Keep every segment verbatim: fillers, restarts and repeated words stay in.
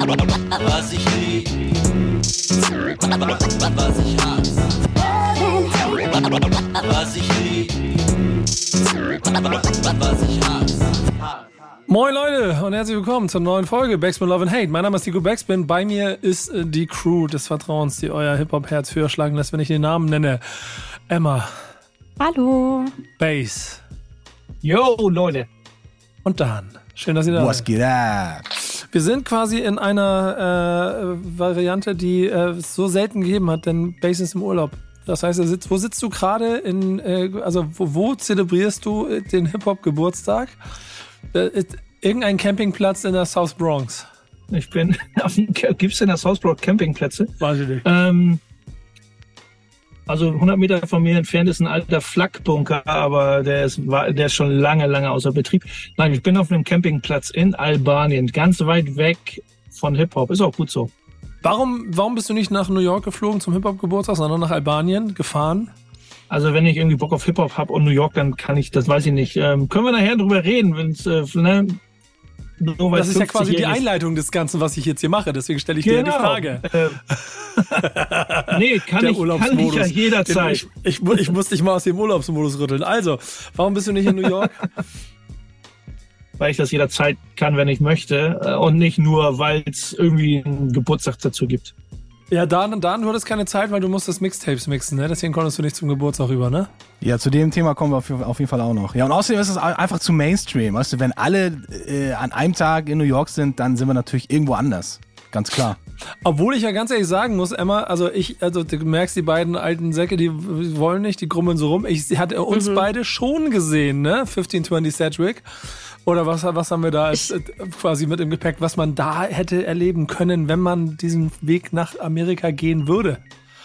Was ich lieb, was ich hasse. Was ich lieb, was ich hasse. Moin Leute und herzlich willkommen zur neuen Folge Backspin Love and Hate. Mein Name ist Nico Backspin. Bei mir ist äh, die Crew des Vertrauens, die euer Hip-Hop-Herz höher schlagen lässt, wenn ich den Namen nenne. Emma. Hallo. Bass. Yo, Leute. Und Dan. Schön, dass ihr da Was seid. geht ab? Wir sind quasi in einer äh, Variante, die äh, es so selten gegeben hat, denn Bass ist im Urlaub. Das heißt, er sitzt, wo sitzt du gerade? In, äh, also wo, wo zelebrierst du den Hip-Hop-Geburtstag? Äh, irgendein Campingplatz in der South Bronx. Ich bin auf dem, gibt's in der South Bronx Campingplätze? Weiß ich nicht. Ähm, also hundert Meter von mir entfernt ist ein alter Flakbunker, aber der ist, der ist schon lange, lange außer Betrieb. Nein, ich bin auf einem Campingplatz in Albanien, ganz weit weg von Hip-Hop. Ist auch gut so. Warum, warum bist du nicht nach New York geflogen zum Hip-Hop-Geburtstag, sondern nach Albanien gefahren? Also wenn ich irgendwie Bock auf Hip-Hop habe und New York, dann kann ich, das weiß ich nicht. Ähm, können wir nachher drüber reden, wenn's, äh, ne, nur das ist ja quasi die Einleitung des Ganzen, was ich jetzt hier mache. Deswegen stelle ich genau. dir die Frage. Äh, nee, kann ich, kann ich ja jederzeit. Ich, ich, ich muss dich mal aus dem Urlaubsmodus rütteln. Also, warum bist du nicht in New York? Weil ich das jederzeit kann, wenn ich möchte. Und nicht nur, weil es irgendwie einen Geburtstag dazu gibt. Ja, Dan, Dan, du hattest keine Zeit, weil du musstest Mixtapes mixen, ne? Deswegen konntest du nicht zum Geburtstag rüber, ne? Ja, zu dem Thema kommen wir auf, auf jeden Fall auch noch. Ja, und außerdem ist es einfach zu Mainstream. Weißt du, wenn alle äh, an einem Tag in New York sind, dann sind wir natürlich irgendwo anders. Ganz klar. Obwohl ich ja ganz ehrlich sagen muss, Emma, also ich, also du merkst, die beiden alten Säcke, die wollen nicht, die grummeln so rum. Ich hatte uns mhm. beide schon gesehen, ne? fünfzehn zwanzig Sedgwick. Oder was, was haben wir da als, ich, quasi mit im Gepäck, was man da hätte erleben können, wenn man diesen Weg nach Amerika gehen würde?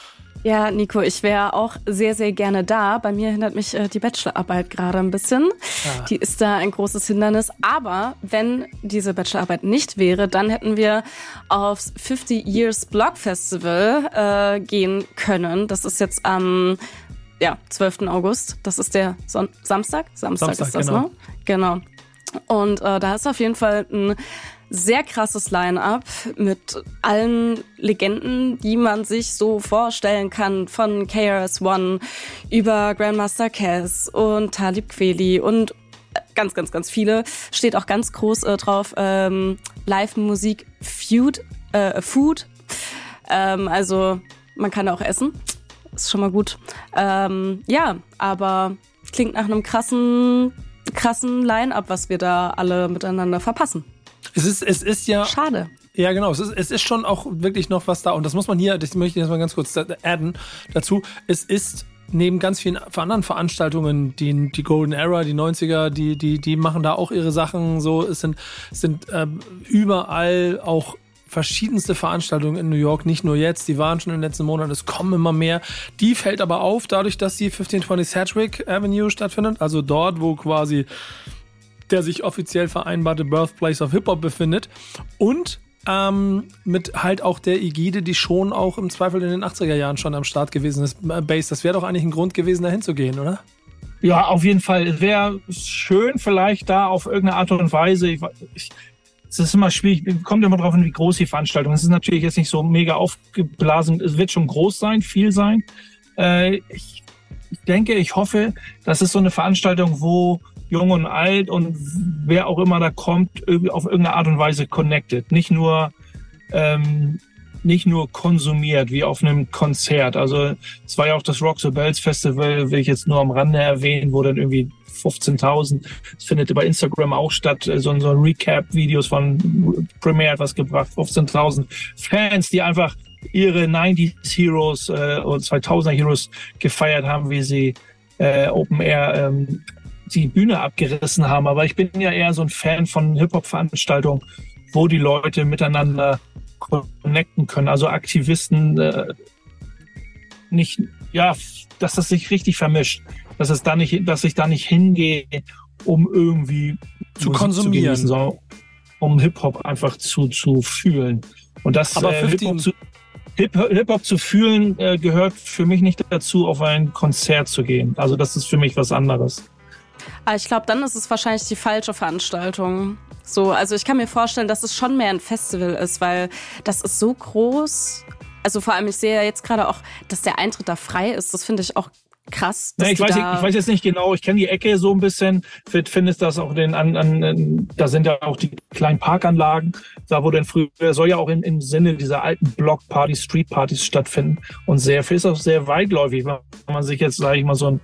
Ja, Nico, ich wäre auch sehr, sehr gerne da. Bei mir hindert mich äh, die Bachelorarbeit gerade ein bisschen. Ah. Die ist da ein großes Hindernis. Aber wenn diese Bachelorarbeit nicht wäre, dann hätten wir aufs fifty Years Blog Festival äh, gehen können. Das ist jetzt am ja, zwölften August. Das ist der Son- Samstag? Samstag? Samstag ist das, genau. Ne? Genau. Und äh, da ist auf jeden Fall ein sehr krasses Line-Up mit allen Legenden, die man sich so vorstellen kann, von K R S One über Grandmaster Caz und Talib Kweli und ganz, ganz, ganz viele. Steht auch ganz groß äh, drauf, ähm, Live-Musik, Food, äh, Food. Ähm, also man kann auch essen, ist schon mal gut. Ähm, ja, aber klingt nach einem krassen krassen Line-Up, was wir da alle miteinander verpassen. Es ist, es ist ja... Schade. Ja, genau. Es ist, es ist schon auch wirklich noch was da. Und das muss man hier, das möchte ich jetzt mal ganz kurz adden dazu. Es ist neben ganz vielen anderen Veranstaltungen, die, die Golden Era, die neunziger, die, die, die machen da auch ihre Sachen so. Es sind, es sind äh, überall auch verschiedenste Veranstaltungen in New York, nicht nur jetzt, die waren schon in den letzten Monaten, es kommen immer mehr. Die fällt aber auf, dadurch, dass die fifteen twenty Sedgwick Avenue stattfindet, also dort, wo quasi der sich offiziell vereinbarte Birthplace of Hip-Hop befindet und ähm, mit halt auch der Ägide, die schon auch im Zweifel in den achtziger Jahren schon am Start gewesen ist. Bass, das wäre doch eigentlich ein Grund gewesen, da hinzugehen, oder? Ja, auf jeden Fall. Es wäre schön, vielleicht da auf irgendeine Art und Weise, ich, ich es ist immer schwierig, kommt immer drauf an, wie groß die Veranstaltung ist. Es ist natürlich jetzt nicht so mega aufgeblasen. Es wird schon groß sein, viel sein. Äh, ich denke, ich hoffe, das ist so eine Veranstaltung, wo jung und alt und wer auch immer da kommt, irgendwie auf irgendeine Art und Weise connected. Nicht nur, ähm, nicht nur konsumiert, wie auf einem Konzert. Also es war ja auch das Rock the Bells Festival, will ich jetzt nur am Rande erwähnen, wo dann irgendwie fünfzehntausend. Es findet bei Instagram auch statt, so, so Recap-Videos von Premiere hat was gebracht, fünfzehntausend Fans, die einfach ihre neunziger Heroes äh, und zweitausender Heroes gefeiert haben, wie sie äh, Open Air ähm, die Bühne abgerissen haben. Aber ich bin ja eher so ein Fan von Hip-Hop-Veranstaltungen, wo die Leute miteinander connecten können. Also Aktivisten äh, nicht, ja, dass das sich richtig vermischt. Dass es da nicht, dass ich da nicht hingehe, um irgendwie zu Musik konsumieren, zu genießen, sondern um Hip-Hop einfach zu, zu fühlen. Und das Aber äh, Hip-Hop zu, Hip, Hip-Hop zu fühlen äh, gehört für mich nicht dazu, auf ein Konzert zu gehen. Also das ist für mich was anderes. Aber ich glaube, dann ist es wahrscheinlich die falsche Veranstaltung. So, also ich kann mir vorstellen, dass es schon mehr ein Festival ist, weil das ist so groß. Also vor allem, ich sehe ja jetzt gerade auch, dass der Eintritt da frei ist. Das finde ich auch krass. Nee, ich, weiß, da ich weiß jetzt nicht genau, ich kenne die Ecke so ein bisschen. Findest das auch den an, an, da sind ja auch die kleinen Parkanlagen, da wo dann früher soll ja auch in, im Sinne dieser alten Blockpartys, Streetpartys stattfinden. Und sehr viel ist auch sehr weitläufig, wenn man sich jetzt, sage ich mal, so ein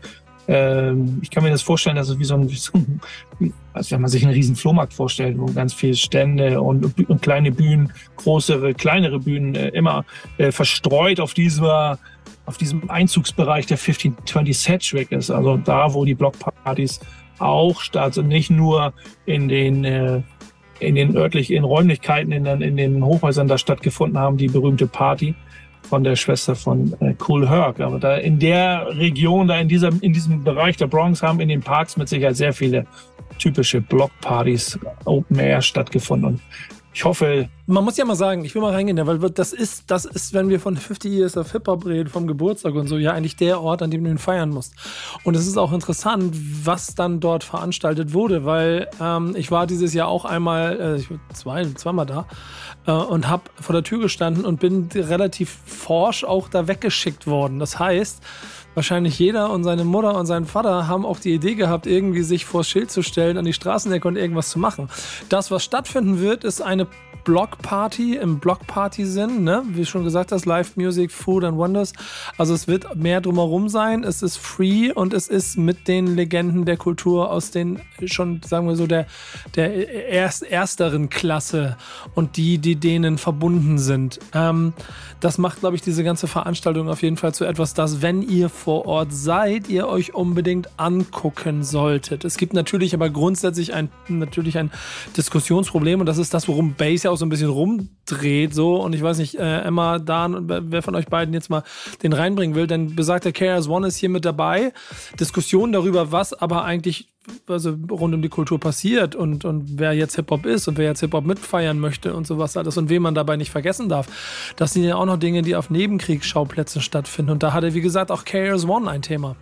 ähm, ich kann mir das vorstellen, dass es wie so ein, wie so ein also wenn man sich einen riesen Flohmarkt vorstellt, wo ganz viele Stände und, und kleine Bühnen, größere, kleinere Bühnen äh, immer äh, verstreut auf dieser auf diesem Einzugsbereich der fünfzehn zwanzig Sedgwick ist. Also da, wo die Blockpartys auch statt sind, nicht nur in den äh, in den örtlichen Räumlichkeiten, in den, in den Hochhäusern da stattgefunden haben, die berühmte Party von der Schwester von äh, Kool Herc. Aber da in der Region, da in dieser, in diesem Bereich der Bronx haben in den Parks mit Sicherheit sehr viele typische Blockpartys Open Air stattgefunden. Und ich hoffe... Man muss ja mal sagen, ich will mal reingehen, weil das ist, das ist, wenn wir von fifty Years of Hip-Hop reden, vom Geburtstag und so, ja eigentlich der Ort, an dem du ihn feiern musst. Und es ist auch interessant, was dann dort veranstaltet wurde, weil ähm, ich war dieses Jahr auch einmal, äh, ich war zwei, zweimal da äh, und habe vor der Tür gestanden und bin relativ forsch auch da weggeschickt worden. Das heißt, wahrscheinlich jeder und seine Mutter und sein Vater haben auch die Idee gehabt, irgendwie sich vors Schild zu stellen, an die Straßenecke und irgendwas zu machen. Das, was stattfinden wird, ist eine Blockparty im Blockparty-Sinn, ne? Wie schon gesagt hast, Live Music, Food and Wonders. Also es wird mehr drumherum sein, es ist free und es ist mit den Legenden der Kultur aus den schon, sagen wir so, der, der erst, ersteren Klasse und die, die denen verbunden sind. Ähm, das macht, glaube ich, diese ganze Veranstaltung auf jeden Fall zu etwas, das, wenn ihr vor Ort seid, ihr euch unbedingt angucken solltet. Es gibt natürlich aber grundsätzlich ein, natürlich ein Diskussionsproblem und das ist das, worum Bass ja auch so ein bisschen rumdreht, so, und ich weiß nicht, äh, Emma, Dan, wer von euch beiden jetzt mal den reinbringen will, denn besagter K R S One ist hier mit dabei. Diskussionen darüber, was aber eigentlich also rund um die Kultur passiert und, und wer jetzt Hip-Hop ist und wer jetzt Hip-Hop mitfeiern möchte und sowas alles und wen man dabei nicht vergessen darf. Das sind ja auch noch Dinge, die auf Nebenkriegsschauplätzen stattfinden und da hatte, wie gesagt, auch K R S One ein Thema.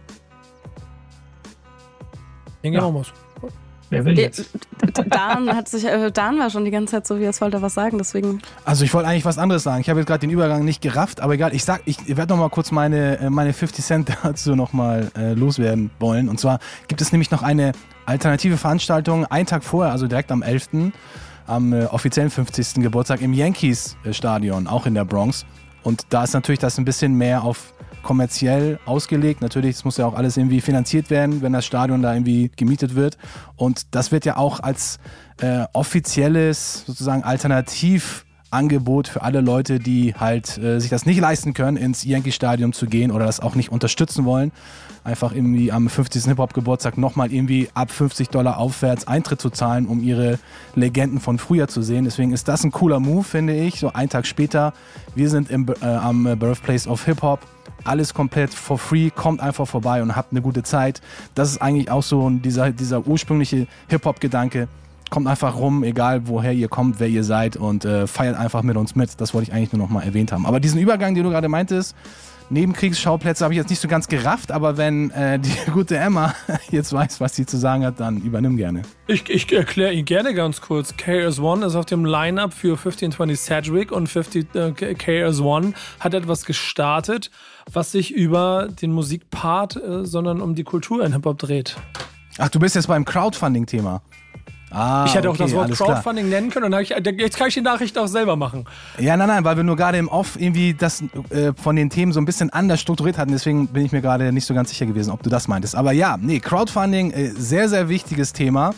Den ja. muss. Wer will jetzt? Dan hat sich, äh, Dan war schon die ganze Zeit so, wie er wollte er was sagen, deswegen. Also ich wollte eigentlich was anderes sagen. Ich habe jetzt gerade den Übergang nicht gerafft, aber egal. Ich sag, ich werde noch mal kurz meine, meine fifty Cent dazu noch mal äh, loswerden wollen. Und zwar gibt es nämlich noch eine alternative Veranstaltung, einen Tag vorher, also direkt am elften am äh, offiziellen fünfzigsten Geburtstag im Yankees-Stadion, auch in der Bronx. Und da ist natürlich das ein bisschen mehr auf kommerziell ausgelegt. Natürlich, es muss ja auch alles irgendwie finanziert werden, wenn das Stadion da irgendwie gemietet wird. Und das wird ja auch als äh, offizielles sozusagen Alternativangebot für alle Leute, die halt äh, sich das nicht leisten können, ins Yankee-Stadion zu gehen oder das auch nicht unterstützen wollen, einfach irgendwie am fünfzigsten Hip-Hop-Geburtstag nochmal irgendwie ab fünfzig Dollar aufwärts Eintritt zu zahlen, um ihre Legenden von früher zu sehen. Deswegen ist das ein cooler Move, finde ich. So einen Tag später, wir sind im, äh, am Birthplace of Hip-Hop. Alles komplett for free, kommt einfach vorbei und habt eine gute Zeit. Das ist eigentlich auch so dieser, dieser ursprüngliche Hip-Hop-Gedanke. Kommt einfach rum, egal woher ihr kommt, wer ihr seid und äh, feiert einfach mit uns mit. Das wollte ich eigentlich nur noch mal erwähnt haben. Aber diesen Übergang, den du gerade meintest, Nebenkriegsschauplätze habe ich jetzt nicht so ganz gerafft, aber wenn äh, die gute Emma jetzt weiß, was sie zu sagen hat, dann übernimm gerne. Ich, ich erkläre ihn gerne ganz kurz. K R S One ist auf dem Line-Up für fifteen twenty Sedgwick und fifty, äh, K R S One hat etwas gestartet, was sich über den Musikpart, äh, sondern um die Kultur in Hip-Hop dreht. Ach, du bist jetzt beim Crowdfunding-Thema. Ah, ich hätte auch okay, das Wort alles Crowdfunding klar. nennen können und dann hab ich, jetzt kann ich die Nachricht auch selber machen. Ja, nein, nein, weil wir nur gerade im Off irgendwie das äh, von den Themen so ein bisschen anders strukturiert hatten, deswegen bin ich mir gerade nicht so ganz sicher gewesen, ob du das meintest. Aber ja, nee, Crowdfunding, äh, sehr, sehr wichtiges Thema.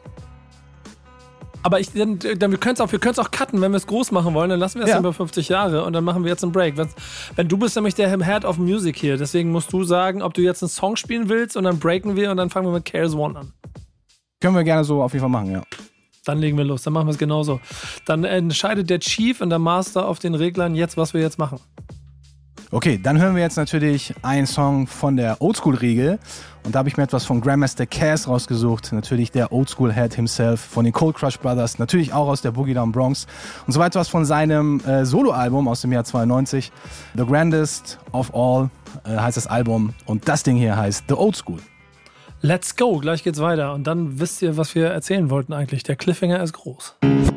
Aber ich, dann, dann, wir können es auch, wir können's auch cutten, wenn wir es groß machen wollen, dann lassen wir es Ja. über fünfzig Jahre und dann machen wir jetzt einen Break. Wenn, wenn du bist nämlich der Head of Music hier, deswegen musst du sagen, ob du jetzt einen Song spielen willst und dann breaken wir und dann fangen wir mit K R S One an. Können wir gerne so auf jeden Fall machen, ja. Dann legen wir los, dann machen wir es genauso. Dann entscheidet der Chief und der Master auf den Reglern jetzt, was wir jetzt machen. Okay, dann hören wir jetzt natürlich einen Song von der Oldschool-Riege. Und da habe ich mir etwas von Grandmaster Caz rausgesucht. Natürlich der Oldschool-Head himself von den Cold Crush Brothers. Natürlich auch aus der Boogie Down Bronx. Und so etwas von seinem äh, Soloalbum aus dem Jahr zweiundneunzig. The Grandest of All äh, heißt das Album. Und das Ding hier heißt The Old School. Let's go, gleich geht's weiter. Und dann wisst ihr, was wir erzählen wollten eigentlich. Der Cliffhanger ist groß.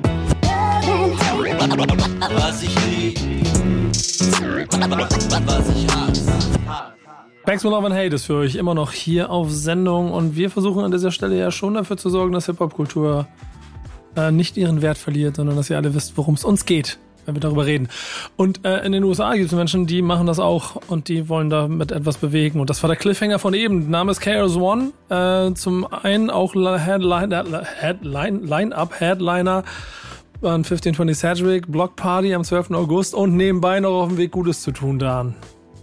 Was ich lieb, was ich hasse. Banks with Love and Hate ist für euch immer noch hier auf Sendung. Und wir versuchen an dieser Stelle ja schon dafür zu sorgen, dass Hip-Hop-Kultur äh, nicht ihren Wert verliert, sondern dass ihr alle wisst, worum es uns geht, wenn wir darüber reden. Und äh, in den U S A gibt es Menschen, die machen das auch und die wollen damit etwas bewegen. Und das war der Cliffhanger von eben. Der Name ist K R S One. Äh, zum einen auch Headline, Headline, Line-Up, Headliner an fifteen twenty Sedgwick, Block Party am zwölften August und nebenbei noch auf dem Weg, Gutes zu tun, Dan.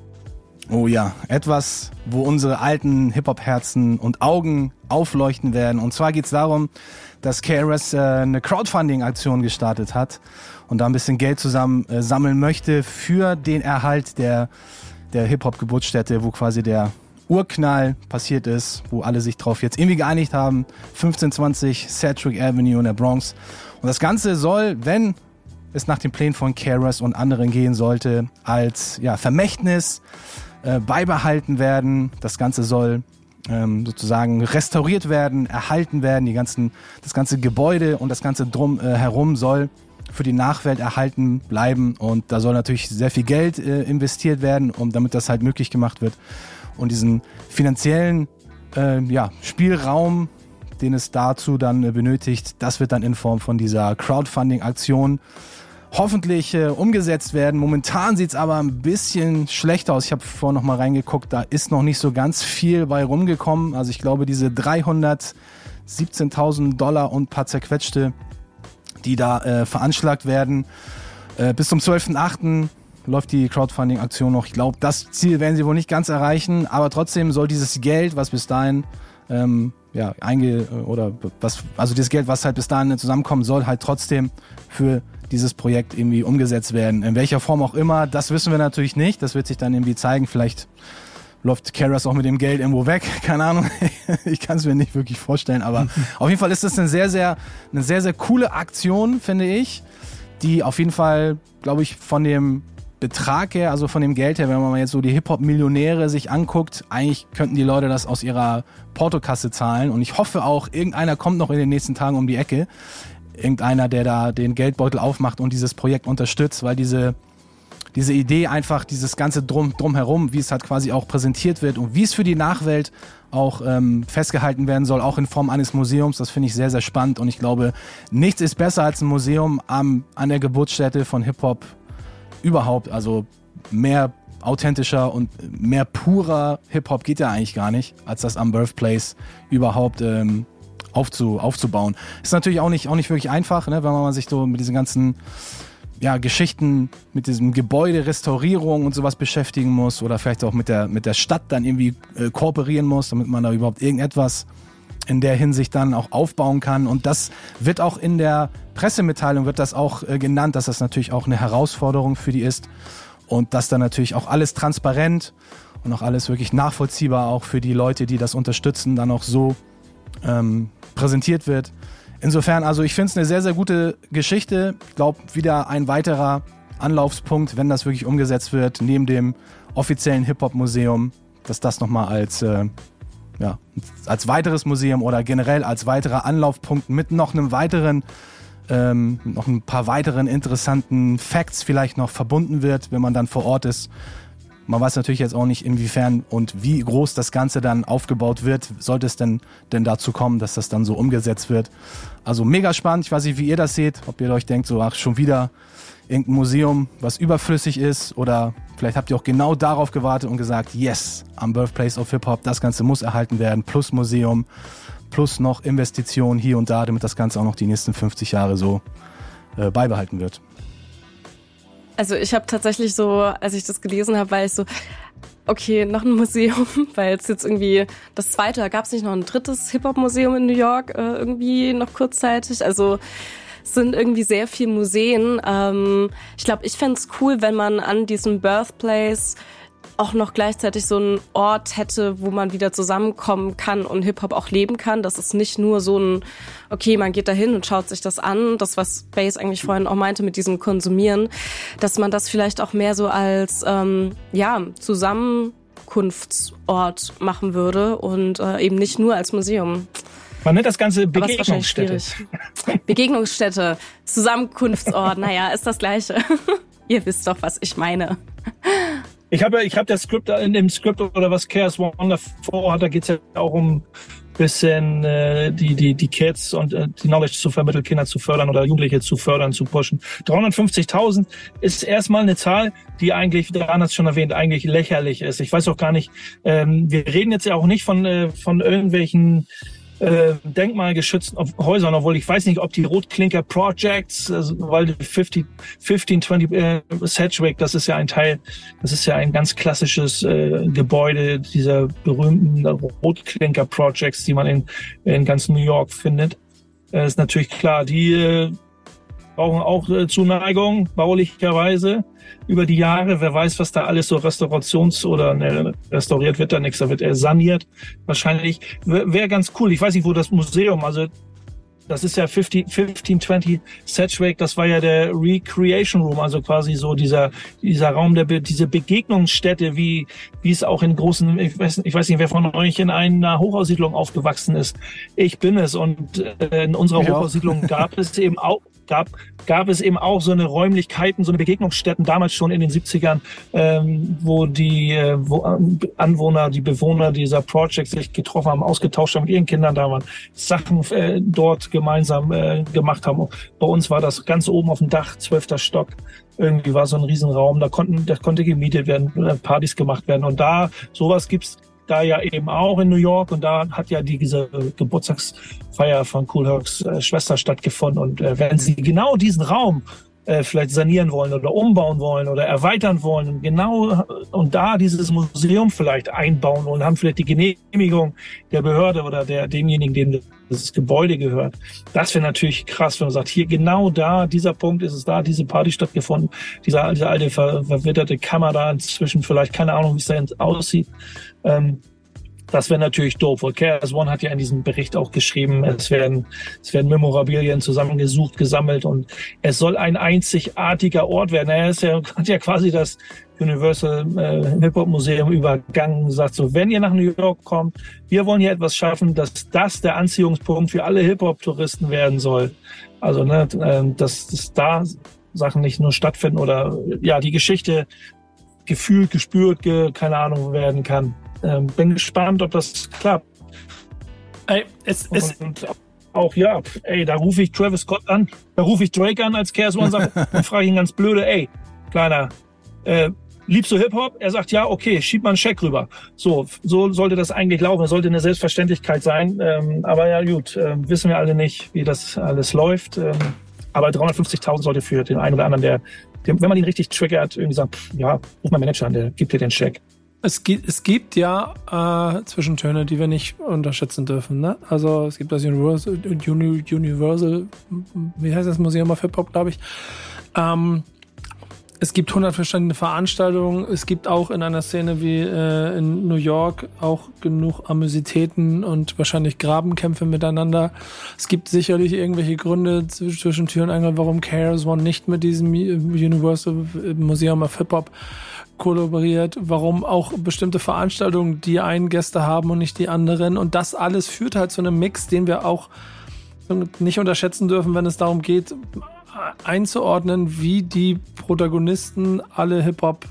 Oh ja, etwas, wo unsere alten Hip-Hop-Herzen und Augen aufleuchten werden. Und zwar geht's darum, dass K R S äh, eine Crowdfunding-Aktion gestartet hat und da ein bisschen Geld zusammen äh, sammeln möchte für den Erhalt der, der Hip-Hop-Geburtsstätte, wo quasi der Urknall passiert ist, wo alle sich drauf jetzt irgendwie geeinigt haben. fünfzehn zwanzig Sedgwick Avenue in der Bronx. Und das Ganze soll, wenn es nach den Plänen von K R S und anderen gehen sollte, als ja, Vermächtnis äh, beibehalten werden. Das Ganze soll ähm, sozusagen restauriert werden, erhalten werden. Die ganzen, das ganze Gebäude und das ganze drum äh, herum soll für die Nachwelt erhalten bleiben. Und da soll natürlich sehr viel Geld äh, investiert werden, um damit das halt möglich gemacht wird. Und diesen finanziellen äh, ja, Spielraum, den es dazu dann äh, benötigt, das wird dann in Form von dieser Crowdfunding-Aktion hoffentlich äh, umgesetzt werden. Momentan sieht's aber ein bisschen schlecht aus. Ich habe vorhin noch mal reingeguckt, da ist noch nicht so ganz viel bei rumgekommen. Also ich glaube, diese dreihundertsiebzehntausend Dollar und ein paar zerquetschte, die da äh, veranschlagt werden, äh, bis zum zwölften achten läuft die Crowdfunding-Aktion noch. Ich glaube, das Ziel werden sie wohl nicht ganz erreichen, aber trotzdem soll dieses Geld, was bis dahin ähm, ja einge oder was also dieses Geld, was halt bis dahin zusammenkommen soll, halt trotzdem für dieses Projekt irgendwie umgesetzt werden. In welcher Form auch immer, das wissen wir natürlich nicht. Das wird sich dann irgendwie zeigen. Vielleicht läuft K R S auch mit dem Geld irgendwo weg. Keine Ahnung. Ich kann es mir nicht wirklich vorstellen. Aber auf jeden Fall ist das eine sehr, sehr, eine sehr, sehr coole Aktion, finde ich, die auf jeden Fall, glaube ich, von dem Betrag her, also von dem Geld her, wenn man mal jetzt so die Hip-Hop-Millionäre sich anguckt, eigentlich könnten die Leute das aus ihrer Portokasse zahlen. Und ich hoffe auch, irgendeiner kommt noch in den nächsten Tagen um die Ecke. Irgendeiner, der da den Geldbeutel aufmacht und dieses Projekt unterstützt, weil diese, diese Idee einfach, dieses ganze Drum, Drumherum, wie es halt quasi auch präsentiert wird und wie es für die Nachwelt auch ähm, festgehalten werden soll, auch in Form eines Museums, das finde ich sehr, sehr spannend. Und ich glaube, nichts ist besser als ein Museum am, an der Geburtsstätte von Hip-Hop überhaupt. Also mehr authentischer und mehr purer Hip-Hop geht ja eigentlich gar nicht, als das am Birthplace überhaupt ähm, Aufzu, aufzubauen. Ist natürlich auch nicht, auch nicht wirklich einfach, ne, wenn man sich so mit diesen ganzen ja, Geschichten, mit diesem Gebäude, Restaurierung und sowas beschäftigen muss oder vielleicht auch mit der, mit der Stadt dann irgendwie äh, kooperieren muss, damit man da überhaupt irgendetwas in der Hinsicht dann auch aufbauen kann. Und das wird auch in der Pressemitteilung wird das auch äh, genannt, dass das natürlich auch eine Herausforderung für die ist und dass dann natürlich auch alles transparent und auch alles wirklich nachvollziehbar auch für die Leute, die das unterstützen, dann auch so ähm, präsentiert wird. Insofern, also ich finde es eine sehr, sehr gute Geschichte. Ich glaube, wieder ein weiterer Anlaufspunkt, wenn das wirklich umgesetzt wird, neben dem offiziellen Hip-Hop-Museum, dass das nochmal als, äh, ja, als weiteres Museum oder generell als weiterer Anlaufpunkt mit noch einem weiteren, ähm, noch ein paar weiteren interessanten Facts vielleicht noch verbunden wird, wenn man dann vor Ort ist. Man weiß natürlich jetzt auch nicht, inwiefern und wie groß das Ganze dann aufgebaut wird. Sollte es denn, denn dazu kommen, dass das dann so umgesetzt wird. Also mega spannend. Ich weiß nicht, wie ihr das seht. Ob ihr euch denkt, so ach, schon wieder irgendein Museum, was überflüssig ist. Oder vielleicht habt ihr auch genau darauf gewartet und gesagt, yes, am Birthplace of Hip-Hop, das Ganze muss erhalten werden. Plus Museum, plus noch Investitionen hier und da, damit das Ganze auch noch die nächsten fünfzig Jahre so äh, beibehalten wird. Also ich habe tatsächlich so, als ich das gelesen habe, war ich so, okay, noch ein Museum, weil es jetzt irgendwie das zweite, gab es nicht noch ein drittes Hip-Hop-Museum in New York äh, irgendwie noch kurzzeitig? Also es sind irgendwie sehr viele Museen. Ähm, ich glaube, ich fände es cool, wenn man an diesem Birthplace auch noch gleichzeitig so einen Ort hätte, wo man wieder zusammenkommen kann und Hip-Hop auch leben kann. Das ist nicht nur so ein, okay, man geht da hin und schaut sich das an, das, was Bass eigentlich vorhin auch meinte mit diesem Konsumieren, dass man das vielleicht auch mehr so als, ähm, ja, zusammen Zusammenkunftsort machen würde und äh, eben nicht nur als Museum. Man nennt das Ganze Begegnungsstätte. Begegnungsstätte, Zusammenkunftsort, naja, ist das Gleiche. Ihr wisst doch, was ich meine. Ich habe ich hab das Skript in dem Skript oder was Chaos One davor hat, da geht's ja auch um bisschen äh, die die die Kids und äh, die Knowledge zu vermitteln, Kinder zu fördern oder Jugendliche zu fördern, zu pushen. dreihundertfünfzigtausend ist erstmal eine Zahl, die eigentlich, Dan hat es schon erwähnt, eigentlich lächerlich ist. Ich weiß auch gar nicht, ähm, wir reden jetzt ja auch nicht von äh, von irgendwelchen äh, denkmalgeschützten Häusern, obwohl ich weiß nicht, ob die Rotklinker Projects, also, weil fünfzehn, fünfzehn zwanzig äh, Sedgwick, das ist ja ein Teil, das ist ja ein ganz klassisches äh, Gebäude dieser berühmten Rotklinker Projects, die man in, in ganz New York findet. Äh, ist natürlich klar, die äh, brauchen auch äh, Zuneigung, baulicherweise über die Jahre. Wer weiß, was da alles so Restaurations- oder ne, restauriert wird da nichts, da wird er saniert. Wahrscheinlich wäre wär ganz cool. Ich weiß nicht, wo das Museum, also das ist ja fünfzehn zwanzig Sedgwick, das war ja der Recreation Room, also quasi so dieser dieser Raum, der diese Begegnungsstätte, wie wie es auch in großen, ich weiß, ich weiß nicht, wer von euch in einer Hochhaussiedlung aufgewachsen ist. Ich bin es und äh, in unserer ich Hochhaussiedlung gab es eben auch gab gab es eben auch so eine Räumlichkeiten, so eine Begegnungsstätten, damals schon in den siebzigern, ähm, wo die äh, wo Anwohner, die Bewohner dieser Projects sich getroffen haben, ausgetauscht haben, mit ihren Kindern da waren, Sachen äh, dort gemeinsam äh, gemacht haben. Bei uns war das ganz oben auf dem Dach, zwölfter Stock. Irgendwie war so ein Riesenraum, da konnten, da konnte gemietet werden, Partys gemacht werden. Und da, sowas gibt's da ja eben auch in New York. Und da hat ja diese Geburtstagsfeier von Kool Hercs äh, Schwester stattgefunden. Und äh, wenn Sie genau diesen Raum äh, vielleicht sanieren wollen oder umbauen wollen oder erweitern wollen und genau und da dieses Museum vielleicht einbauen wollen, haben vielleicht die Genehmigung der Behörde oder der demjenigen, dem das Gebäude gehört. Das wäre natürlich krass, wenn man sagt, hier genau da, dieser Punkt ist es da, diese Party stattgefunden, dieser, dieser alte ver, verwitterte Kammer da inzwischen, vielleicht keine Ahnung, wie es da aussieht. Ähm, das wäre natürlich doof. Und Chaos One hat ja in diesem Bericht auch geschrieben, es werden, es werden Memorabilien zusammengesucht, gesammelt und es soll ein einzigartiger Ort werden. Er ist ja, hat ja quasi das Universal äh, Hip-Hop-Museum übergangen, sagt so, wenn ihr nach New York kommt, wir wollen hier etwas schaffen, dass das der Anziehungspunkt für alle Hip-Hop-Touristen werden soll. Also, ne, äh, dass, dass da Sachen nicht nur stattfinden oder ja, die Geschichte gefühlt, gespürt, ge, keine Ahnung, werden kann. Ähm, bin gespannt, ob das klappt. Ey, es ist und auch, ja, ey, da rufe ich Travis Scott an, da rufe ich Drake an als Chaos One und frage ihn ganz blöde, ey, Kleiner, äh, liebst du Hip-Hop? Er sagt, ja, okay, schieb mal einen Scheck rüber. So, so sollte das eigentlich laufen. Das sollte eine Selbstverständlichkeit sein. Ähm, aber ja, gut, äh, wissen wir alle nicht, wie das alles läuft. Ähm, aber dreihundertfünfzigtausend sollte für den einen oder anderen, der, der wenn man ihn richtig triggert, irgendwie sagt, pff, ja, ruf mal Manager an, der gibt dir den Scheck. Es gibt, es gibt ja äh, Zwischentöne, die wir nicht unterschätzen dürfen. Ne? Also es gibt das Universal, Universal, wie heißt das, Museum of Hip-Hop, glaube ich. Ähm, es gibt hundert verschiedene Veranstaltungen. Es gibt auch in einer Szene wie äh, in New York auch genug Amüsitäten und wahrscheinlich Grabenkämpfe miteinander. Es gibt sicherlich irgendwelche Gründe zwischen Tür und Angel, warum Chaos One nicht mit diesem Universal Museum of Hip-Hop kollaboriert, warum auch bestimmte Veranstaltungen die einen Gäste haben und nicht die anderen. Und das alles führt halt zu einem Mix, den wir auch nicht unterschätzen dürfen, wenn es darum geht, einzuordnen, wie die Protagonisten alle Hip-Hop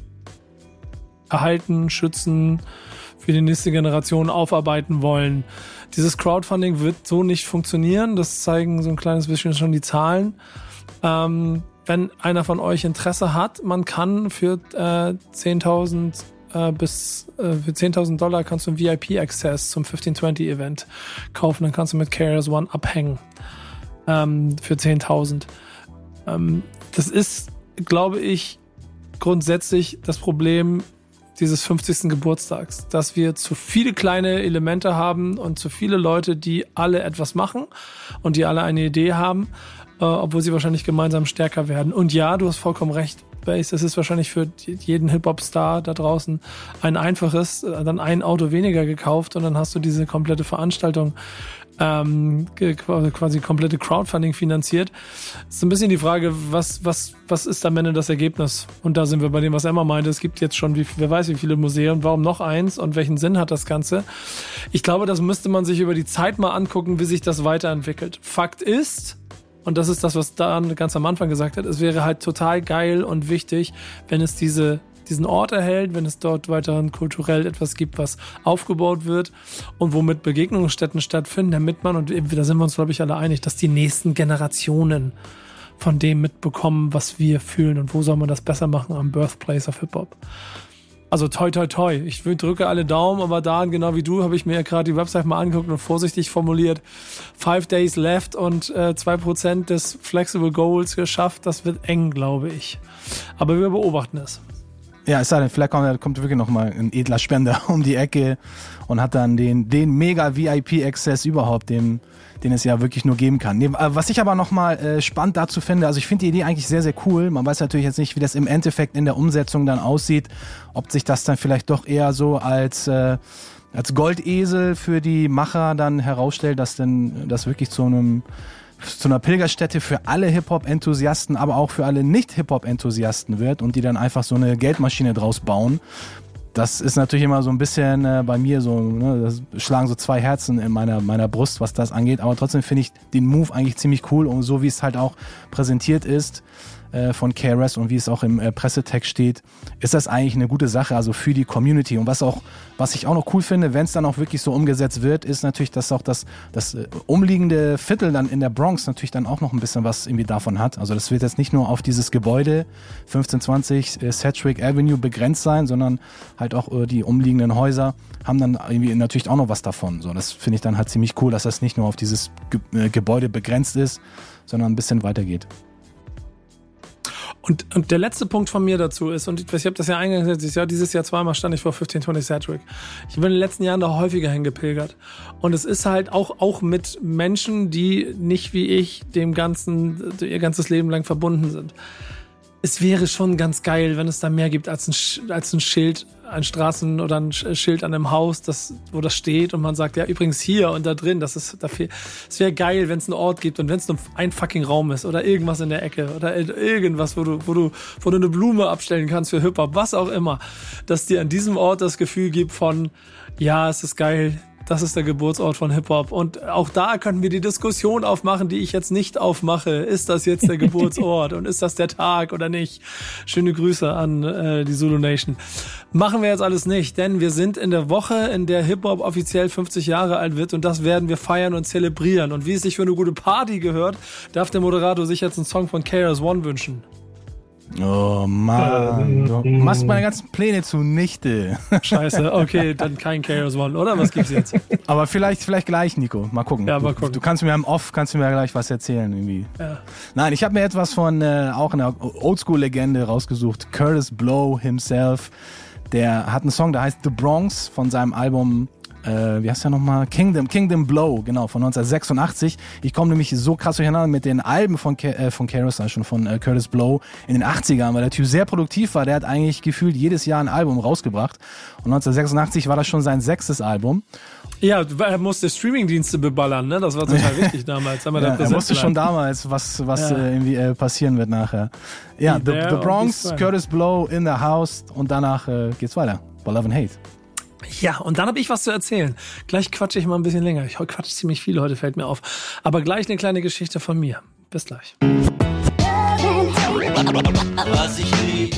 erhalten, schützen, für die nächste Generation aufarbeiten wollen. Dieses Crowdfunding wird so nicht funktionieren. Das zeigen so ein kleines bisschen schon die Zahlen. Ähm, wenn einer von euch Interesse hat, man kann für äh, zehntausend äh, bis äh, für zehntausend Dollar kannst du einen V I P-Access zum fünfzehn zwanzig Event kaufen. Dann kannst du mit Chaos One abhängen ähm, für zehntausend. Ähm, das ist, glaube ich, grundsätzlich das Problem dieses fünfzigsten Geburtstags, dass wir zu viele kleine Elemente haben und zu viele Leute, die alle etwas machen und die alle eine Idee haben, äh, obwohl sie wahrscheinlich gemeinsam stärker werden. Und ja, du hast vollkommen recht, Bass, es ist wahrscheinlich für jeden Hip-Hop-Star da draußen ein einfaches, dann ein Auto weniger gekauft und dann hast du diese komplette Veranstaltung ähm, quasi komplette Crowdfunding finanziert. Ist ein bisschen die Frage, was, was, was ist am Ende das Ergebnis? Und da sind wir bei dem, was Emma meinte. Es gibt jetzt schon, wie, wer weiß wie viele Museen, warum noch eins und welchen Sinn hat das Ganze? Ich glaube, das müsste man sich über die Zeit mal angucken, wie sich das weiterentwickelt. Fakt ist, und das ist das, was Dan ganz am Anfang gesagt hat, es wäre halt total geil und wichtig, wenn es diese diesen Ort erhält, wenn es dort weiterhin kulturell etwas gibt, was aufgebaut wird und womit Begegnungsstätten stattfinden, damit man, und da sind wir uns, glaube ich, alle einig, dass die nächsten Generationen von dem mitbekommen, was wir fühlen und wo soll man das besser machen am Birthplace of Hip-Hop. Also toi, toi, toi. Ich drücke alle Daumen, aber da, genau wie du, habe ich mir ja gerade die Website mal angeguckt und vorsichtig formuliert, five days left und äh, zwei Prozent des Flexible Goals geschafft. Das wird eng, glaube ich. Aber wir beobachten es. Ja, es sei denn, vielleicht kommt, kommt wirklich noch mal ein edler Spender um die Ecke und hat dann den, den mega V I P-Access überhaupt, den, den es ja wirklich nur geben kann. Nee, was ich aber noch mal äh, spannend dazu finde, also ich finde die Idee eigentlich sehr, sehr cool. Man weiß natürlich jetzt nicht, wie das im Endeffekt in der Umsetzung dann aussieht, ob sich das dann vielleicht doch eher so als, äh, als Goldesel für die Macher dann herausstellt, dass denn das wirklich zu einem zu einer Pilgerstätte für alle Hip-Hop-Enthusiasten, aber auch für alle Nicht-Hip-Hop-Enthusiasten wird und die dann einfach so eine Geldmaschine draus bauen. Das ist natürlich immer so ein bisschen äh, bei mir so, ne, das schlagen so zwei Herzen in meiner, meiner Brust, was das angeht, aber trotzdem finde ich den Move eigentlich ziemlich cool und so wie es halt auch präsentiert ist äh, von K R S und wie es auch im äh, Pressetext steht, ist das eigentlich eine gute Sache, also für die Community. Und was auch, was ich auch noch cool finde, wenn es dann auch wirklich so umgesetzt wird, ist natürlich, dass auch das, das äh, umliegende Viertel dann in der Bronx natürlich dann auch noch ein bisschen was irgendwie davon hat. Also das wird jetzt nicht nur auf dieses Gebäude fünfzehn zwanzig äh, Sedgwick Avenue begrenzt sein, sondern halt auch äh, die umliegenden Häuser haben dann irgendwie natürlich auch noch was davon. So, das finde ich dann halt ziemlich cool, dass das nicht nur auf dieses Ge- äh, Gebäude begrenzt ist, sondern ein bisschen weitergeht. Und, und der letzte Punkt von mir dazu ist, und ich, ich habe das ja eingangs gesagt, ja, dieses Jahr zweimal stand ich vor fünfzehn zwanzig Sedgwick. Ich bin in den letzten Jahren da häufiger hingepilgert. Und es ist halt auch, auch mit Menschen, die nicht wie ich dem Ganzen, ihr ganzes Leben lang verbunden sind. Es wäre schon ganz geil, wenn es da mehr gibt als ein, als ein Schild, ein Straßen- oder ein Schild an einem Haus, das, wo das steht und man sagt, ja, übrigens hier und da drin, das ist dafür. Es wäre geil, wenn es einen Ort gibt und wenn es nur ein fucking Raum ist oder irgendwas in der Ecke oder irgendwas, wo du, wo du, wo du eine Blume abstellen kannst für Hip-Hop, was auch immer, dass dir an diesem Ort das Gefühl gibt von, ja, es ist geil, das ist der Geburtsort von Hip-Hop. Und auch da könnten wir die Diskussion aufmachen, die ich jetzt nicht aufmache. Ist das jetzt der Geburtsort und ist das der Tag oder nicht? Schöne Grüße an äh, die Zulu Nation. Machen wir jetzt alles nicht, denn wir sind in der Woche, in der Hip-Hop offiziell fünfzig Jahre alt wird und das werden wir feiern und zelebrieren. Und wie es sich für eine gute Party gehört, darf der Moderator sich jetzt einen Song von K R S One wünschen. Oh Mann, du machst meine ganzen Pläne zunichte. Scheiße, okay, dann kein K R S One, oder? Was gibt's jetzt? Aber vielleicht, vielleicht gleich, Nico. Mal gucken. Ja, mal gucken. Du, du kannst mir im Off, kannst du mir gleich was erzählen irgendwie. Ja. Nein, ich habe mir etwas von äh, auch einer Oldschool-Legende rausgesucht. Kurtis Blow himself. Der hat einen Song, der heißt The Bronx von seinem Album Äh, wie heißt der nochmal? Kingdom, Kingdom Blow, genau, von neunzehnhundertsechsundachtzig. Ich komme nämlich so krass durcheinander mit den Alben von, Ke- äh, von K R S, also schon von äh, Kurtis Blow in den achtzigern, weil der Typ sehr produktiv war. Der hat eigentlich gefühlt jedes Jahr ein Album rausgebracht. Und neunzehnhundertsechsundachtzig war das schon sein sechstes Album. Ja, er musste Streamingdienste beballern, ne? Das war total wichtig damals. Haben wir ja, da er wusste bleiben. schon damals, was, was ja. äh, irgendwie äh, passieren wird nachher. Ja, The, The Bronx, Kurtis Blow in the House und danach äh, geht's weiter. Bei Love and Hate. Ja, und dann habe ich was zu erzählen. Gleich quatsche ich mal ein bisschen länger. Ich quatsche ziemlich viel heute, fällt mir auf. Aber gleich eine kleine Geschichte von mir. Bis gleich. Was ich lieb,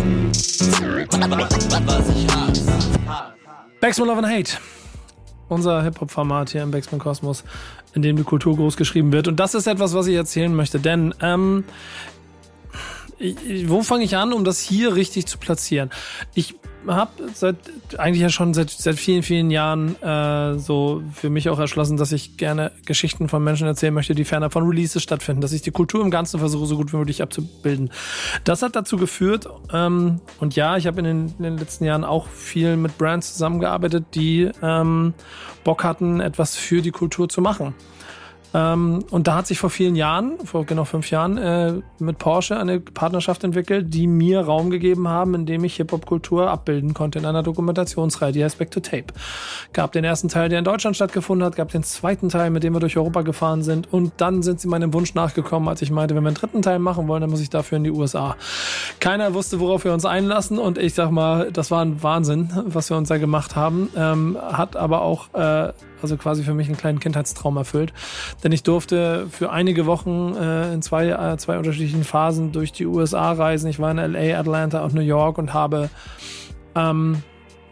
was ich hasse. Backspin Love and Hate. Unser Hip-Hop-Format hier im Backspin Kosmos, in dem die Kultur groß geschrieben wird. Und das ist etwas, was ich erzählen möchte. Denn, ähm, ich, wo fange ich an, um das hier richtig zu platzieren? Ich habe seit eigentlich ja schon seit seit vielen vielen Jahren äh, so für mich auch erschlossen, dass ich gerne Geschichten von Menschen erzählen möchte, die fernab von Releases stattfinden, dass ich die Kultur im Ganzen versuche, so gut wie möglich abzubilden. Das hat dazu geführt, ähm, und ja, ich habe in den, in den letzten Jahren auch viel mit Brands zusammengearbeitet, die ähm, Bock hatten, etwas für die Kultur zu machen. Ähm, und da hat sich vor vielen Jahren, vor genau fünf Jahren, äh, mit Porsche eine Partnerschaft entwickelt, die mir Raum gegeben haben, in dem ich Hip-Hop-Kultur abbilden konnte in einer Dokumentationsreihe, die heißt Back to Tape. Gab den ersten Teil, der in Deutschland stattgefunden hat, gab den zweiten Teil, mit dem wir durch Europa gefahren sind, und dann sind sie meinem Wunsch nachgekommen, als ich meinte, wenn wir einen dritten Teil machen wollen, dann muss ich dafür in die U S A. Keiner wusste, worauf wir uns einlassen, und ich sag mal, das war ein Wahnsinn, was wir uns da gemacht haben, ähm, hat aber auch äh, also quasi für mich einen kleinen Kindheitstraum erfüllt. Denn ich durfte für einige Wochen äh, in zwei, äh, zwei unterschiedlichen Phasen durch die U S A reisen. Ich war in L A, Atlanta und New York und habe ähm,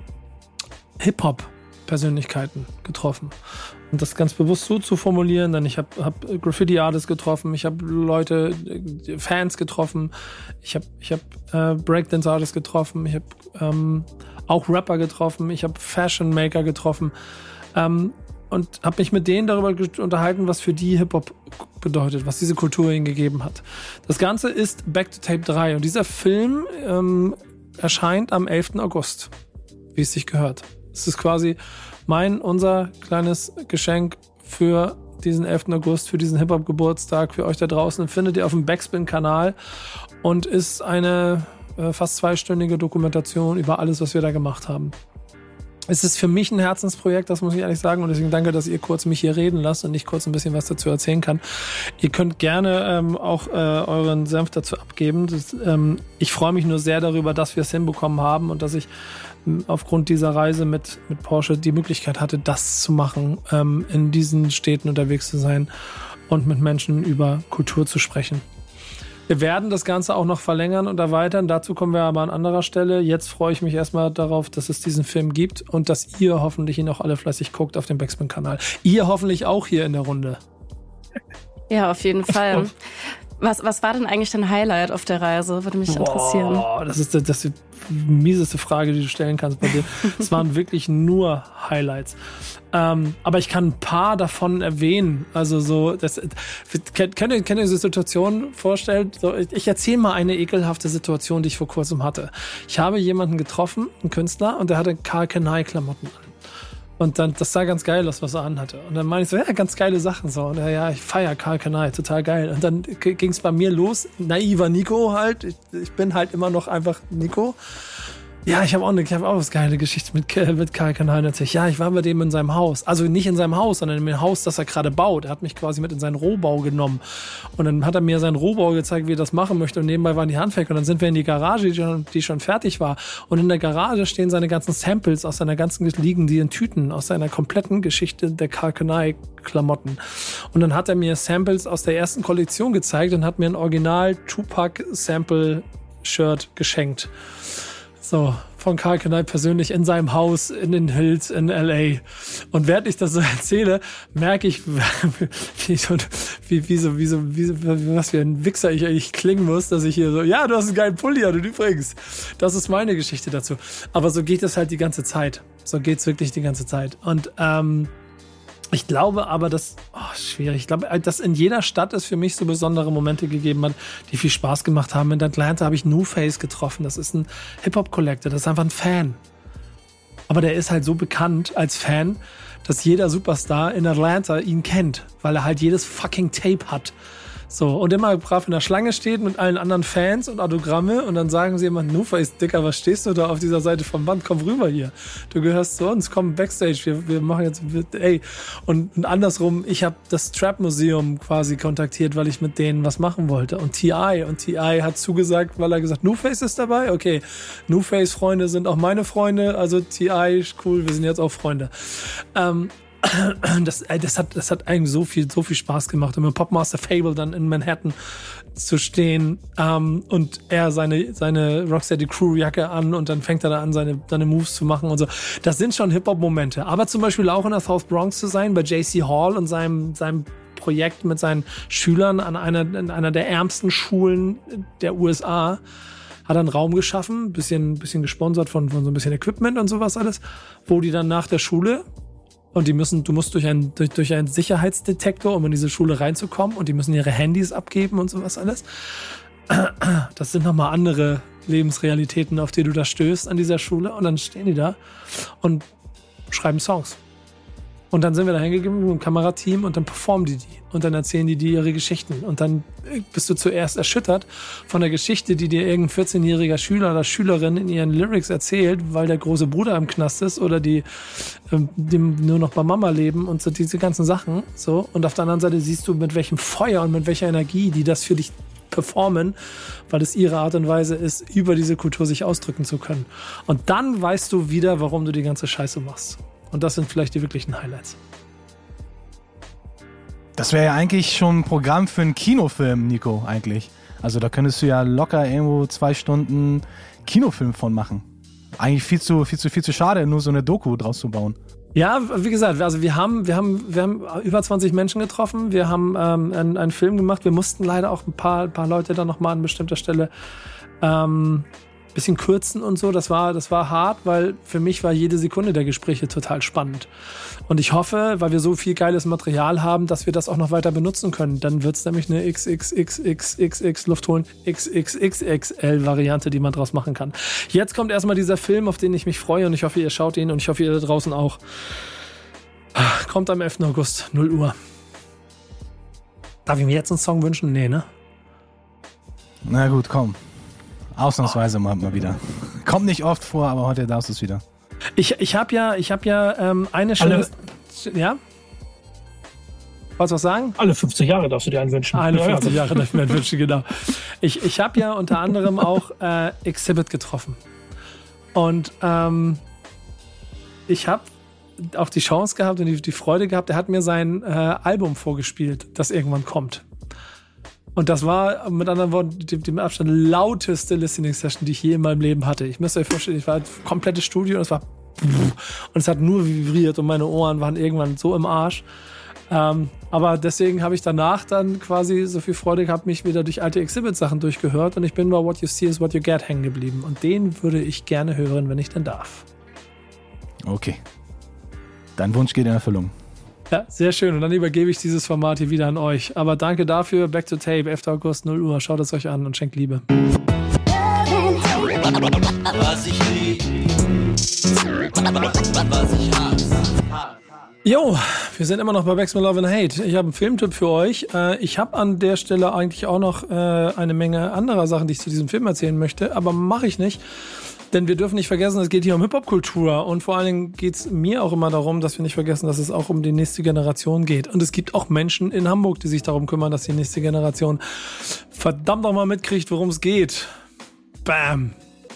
Hip-Hop-Persönlichkeiten getroffen. Und das ganz bewusst so zu formulieren, denn ich habe hab Graffiti-Artists getroffen, ich habe Leute, Fans getroffen, ich habe ich hab, äh, Breakdance-Artists getroffen, ich habe ähm, auch Rapper getroffen, ich habe Fashion-Maker getroffen, ähm, und habe mich mit denen darüber unterhalten, was für die Hip-Hop bedeutet, was diese Kultur ihnen gegeben hat. Das Ganze ist Back to Tape drei, und dieser Film ähm, erscheint am elften August, wie es sich gehört. Es ist quasi mein, unser kleines Geschenk für diesen elften August, für diesen Hip-Hop-Geburtstag, für euch da draußen. Findet ihr auf dem Backspin-Kanal und ist eine äh, fast zweistündige Dokumentation über alles, was wir da gemacht haben. Es ist für mich ein Herzensprojekt, das muss ich ehrlich sagen, und deswegen danke, dass ihr kurz mich hier reden lasst und ich kurz ein bisschen was dazu erzählen kann. Ihr könnt gerne ähm, auch äh, euren Senf dazu abgeben. Das, ähm, ich freue mich nur sehr darüber, dass wir es hinbekommen haben und dass ich ähm, aufgrund dieser Reise mit, mit Porsche die Möglichkeit hatte, das zu machen, ähm, in diesen Städten unterwegs zu sein und mit Menschen über Kultur zu sprechen. Wir werden das Ganze auch noch verlängern und erweitern. Dazu kommen wir aber an anderer Stelle. Jetzt freue ich mich erstmal darauf, dass es diesen Film gibt und dass ihr hoffentlich ihn auch alle fleißig guckt auf dem Backspin-Kanal. Ihr hoffentlich auch hier in der Runde. Ja, auf jeden Fall. Was, was war denn eigentlich dein Highlight auf der Reise? Würde mich interessieren. Boah, das ist, das ist die mieseste Frage, die du stellen kannst bei dir. Es waren wirklich nur Highlights. Ähm, aber ich kann ein paar davon erwähnen. Also so, das, könnt, könnt, ihr, könnt ihr diese Situation vorstellen? So, ich erzähle mal eine ekelhafte Situation, die ich vor kurzem hatte. Ich habe jemanden getroffen, einen Künstler, und der hatte Karl Kani-Klamotten an. Und dann, das sah ganz geil aus, was er anhatte. Und dann meine ich so, ja, ganz geile Sachen so. Und er, ja, ich feiere Karl Kani, total geil. Und dann ging es bei mir los, naiver Nico halt. Ich, ich bin halt immer noch einfach Nico. Ja, ich habe auch, eine, ich hab auch was geile Geschichte mit, mit Karl Kani erzählt. Ja, ich war bei dem in seinem Haus. Also nicht in seinem Haus, sondern in dem Haus, das er gerade baut. Er hat mich quasi mit in seinen Rohbau genommen. Und dann hat er mir seinen Rohbau gezeigt, wie er das machen möchte. Und nebenbei waren die Handwerker. Und dann sind wir in die Garage, die schon, die schon fertig war. Und in der Garage stehen seine ganzen Samples aus seiner ganzen, liegen die in Tüten, aus seiner kompletten Geschichte der Karl Kani Klamotten. Und dann hat er mir Samples aus der ersten Kollektion gezeigt und hat mir ein Original Tupac Sample Shirt geschenkt. So, von Karl Kani persönlich in seinem Haus in den Hills in L A. Und während ich das so erzähle, merke ich, wie, so, wie, wie, so, wie, so, wie so, was für ein Wichser ich eigentlich klingen muss, dass ich hier so, ja, du hast einen geilen Pulli an, und übrigens, das ist meine Geschichte dazu. Aber so geht es halt die ganze Zeit. So geht's wirklich die ganze Zeit. Und ähm, ich glaube aber, dass, oh, schwierig, ich glaube, dass in jeder Stadt es für mich so besondere Momente gegeben hat, die viel Spaß gemacht haben. In Atlanta habe ich Newface getroffen. Das ist ein Hip-Hop-Collector, das ist einfach ein Fan. Aber der ist halt so bekannt als Fan, dass jeder Superstar in Atlanta ihn kennt, weil er halt jedes fucking Tape hat. So, und immer brav in der Schlange steht mit allen anderen Fans und Autogramme, und dann sagen sie immer, Newface, Dicker, was stehst du da auf dieser Seite vom Band? Komm rüber hier. Du gehörst zu uns, komm Backstage, wir, wir machen jetzt, ey. Und, und andersrum, ich habe das Trap Museum quasi kontaktiert, weil ich mit denen was machen wollte. Und T I und T I hat zugesagt, weil er gesagt, Newface ist dabei? Okay, Newface Freunde sind auch meine Freunde, also T I, cool, wir sind jetzt auch Freunde. Ähm, Das, das hat, das hat eigentlich so viel, so viel Spaß gemacht, um im Popmaster Fable dann in Manhattan zu stehen, ähm, und er seine, seine Rocksteady Crew Jacke an, und dann fängt er da an, seine, seine Moves zu machen und so. Das sind schon Hip-Hop-Momente. Aber zum Beispiel auch in der South Bronx zu sein, bei J C Hall und seinem, seinem Projekt mit seinen Schülern an einer, in einer der ärmsten Schulen der U S A, hat einen Raum geschaffen, bisschen, bisschen gesponsert von, von so ein bisschen Equipment und sowas alles, wo die dann nach der Schule, und die müssen, du musst durch einen, durch, durch einen Sicherheitsdetektor, um in diese Schule reinzukommen, und die müssen ihre Handys abgeben und sowas alles. Das sind nochmal andere Lebensrealitäten, auf die du da stößt an dieser Schule, und dann stehen die da und schreiben Songs. Und dann sind wir da hingegangen mit dem Kamerateam und dann performen die die. Und dann erzählen die dir ihre Geschichten. Und dann bist du zuerst erschüttert von der Geschichte, die dir irgendein vierzehnjähriger Schüler oder Schülerin in ihren Lyrics erzählt, weil der große Bruder im Knast ist oder die, die nur noch bei Mama leben und so diese ganzen Sachen. So. Und auf der anderen Seite siehst du, mit welchem Feuer und mit welcher Energie die das für dich performen, weil es ihre Art und Weise ist, über diese Kultur sich ausdrücken zu können. Und dann weißt du wieder, warum du die ganze Scheiße machst. Und das sind vielleicht die wirklichen Highlights. Das wäre ja eigentlich schon ein Programm für einen Kinofilm, Nico, eigentlich. Also da könntest du ja locker irgendwo zwei Stunden Kinofilm von machen. Eigentlich viel zu, viel zu, viel zu schade, nur so eine Doku draus zu bauen. Ja, wie gesagt, also wir haben, wir haben, wir haben über zwanzig Menschen getroffen. Wir haben ähm, einen, einen Film gemacht. Wir mussten leider auch ein paar, ein paar Leute dann nochmal an bestimmter Stelle ähm, bisschen kürzen und so. Das war, das war hart, weil für mich war jede Sekunde der Gespräche total spannend. Und ich hoffe, weil wir so viel geiles Material haben, dass wir das auch noch weiter benutzen können. Dann wird es nämlich eine X X X X X X Luft holen, X X X X L Variante, die man draus machen kann. Jetzt kommt erstmal dieser Film, auf den ich mich freue und ich hoffe, ihr schaut ihn und ich hoffe, ihr da draußen auch. Kommt am elften August, null Uhr. Darf ich mir jetzt einen Song wünschen? Nee, ne? Na gut, komm. Ausnahmsweise mal, mal wieder. Kommt nicht oft vor, aber heute darfst du es wieder. Ich, ich habe ja, ich hab ja ähm, eine schöne... Ja? Wolltest du was sagen? Alle fünfzig Jahre darfst du dir einen wünschen. Alle fünfzig ja, ja. Jahre darf ich mir einen wünschen, genau. Ich, ich habe ja unter anderem auch äh, Exhibit getroffen. Und ähm, ich habe auch die Chance gehabt und die, die Freude gehabt, er hat mir sein äh, Album vorgespielt, das irgendwann kommt. Und das war mit anderen Worten die, die mit Abstand lauteste Listening-Session, die ich je in meinem Leben hatte. Ich müsst euch vorstellen, ich war ein komplettes Studio und es war und es hat nur vibriert und meine Ohren waren irgendwann so im Arsch. Ähm, aber deswegen habe ich danach dann quasi so viel Freude gehabt, mich wieder durch alte Exhibit-Sachen durchgehört und ich bin bei What You See is What You Get hängen geblieben. Und den würde ich gerne hören, wenn ich denn darf. Okay. Dein Wunsch geht in Erfüllung. Ja, sehr schön. Und dann übergebe ich dieses Format hier wieder an euch. Aber danke dafür. Back to Tape, elften August, null Uhr. Schaut es euch an und schenkt Liebe. Was ich lieb, was ich hasse. Jo, wir sind immer noch bei Back to Love and Hate. Ich habe einen Filmtipp für euch. Ich habe an der Stelle eigentlich auch noch eine Menge anderer Sachen, die ich zu diesem Film erzählen möchte. Aber mache ich nicht. Denn wir dürfen nicht vergessen, es geht hier um Hip-Hop-Kultur und vor allen Dingen geht es mir auch immer darum, dass wir nicht vergessen, dass es auch um die nächste Generation geht. Und es gibt auch Menschen in Hamburg, die sich darum kümmern, dass die nächste Generation verdammt nochmal mitkriegt, worum es geht. Bam!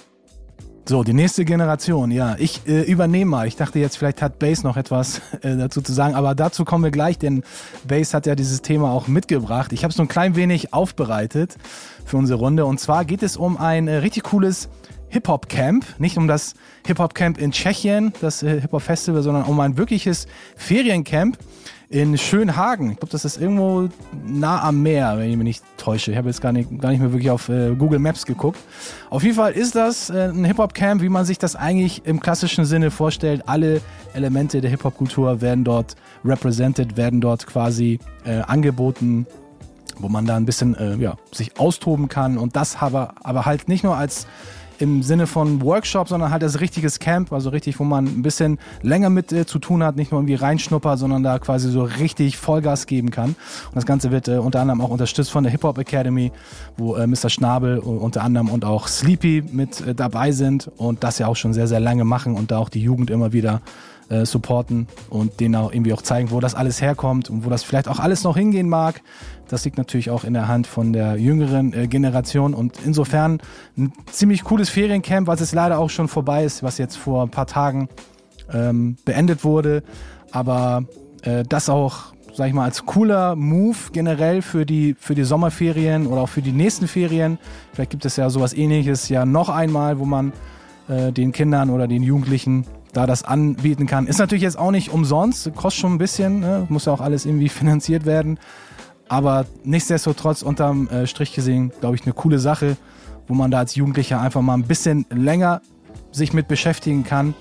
So, die nächste Generation, ja. Ich äh, übernehme mal. Ich dachte jetzt, vielleicht hat Bass noch etwas äh, dazu zu sagen, aber dazu kommen wir gleich, denn Bass hat ja dieses Thema auch mitgebracht. Ich habe es so ein klein wenig aufbereitet für unsere Runde und zwar geht es um ein äh, richtig cooles Hip-Hop-Camp, nicht um das Hip-Hop-Camp in Tschechien, das äh, Hip-Hop-Festival, sondern um ein wirkliches Feriencamp in Schönhagen. Ich glaube, das ist irgendwo nah am Meer, wenn ich mich nicht täusche. Ich habe jetzt gar nicht, gar nicht mehr wirklich auf äh, Google Maps geguckt. Auf jeden Fall ist das äh, ein Hip-Hop-Camp, wie man sich das eigentlich im klassischen Sinne vorstellt. Alle Elemente der Hip-Hop-Kultur werden dort represented, werden dort quasi äh, angeboten, wo man da ein bisschen äh, ja, sich austoben kann und das aber, aber halt nicht nur als im Sinne von Workshop, sondern halt als richtiges Camp, also richtig, wo man ein bisschen länger mit äh, zu tun hat, nicht nur irgendwie reinschnuppert, sondern da quasi so richtig Vollgas geben kann. Und das Ganze wird äh, unter anderem auch unterstützt von der Hip-Hop Academy, wo äh, Mister Schnabel uh, unter anderem und auch Sleepy mit äh, dabei sind und das ja auch schon sehr, sehr lange machen und da auch die Jugend immer wieder äh, supporten und denen auch irgendwie auch zeigen, wo das alles herkommt und wo das vielleicht auch alles noch hingehen mag. Das liegt natürlich auch in der Hand von der jüngeren äh, Generation und insofern ein ziemlich cooles Feriencamp, was jetzt leider auch schon vorbei ist, was jetzt vor ein paar Tagen ähm, beendet wurde, aber äh, das auch, sag ich mal, als cooler Move generell für die, für die Sommerferien oder auch für die nächsten Ferien. Vielleicht gibt es ja sowas Ähnliches ja noch einmal, wo man äh, den Kindern oder den Jugendlichen da das anbieten kann. Ist natürlich jetzt auch nicht umsonst, kostet schon ein bisschen, ne? Muss ja auch alles irgendwie finanziert werden. Aber nichtsdestotrotz unterm äh, Strich gesehen, glaube ich, eine coole Sache, wo man da als Jugendlicher einfach mal ein bisschen länger sich mit beschäftigen kann.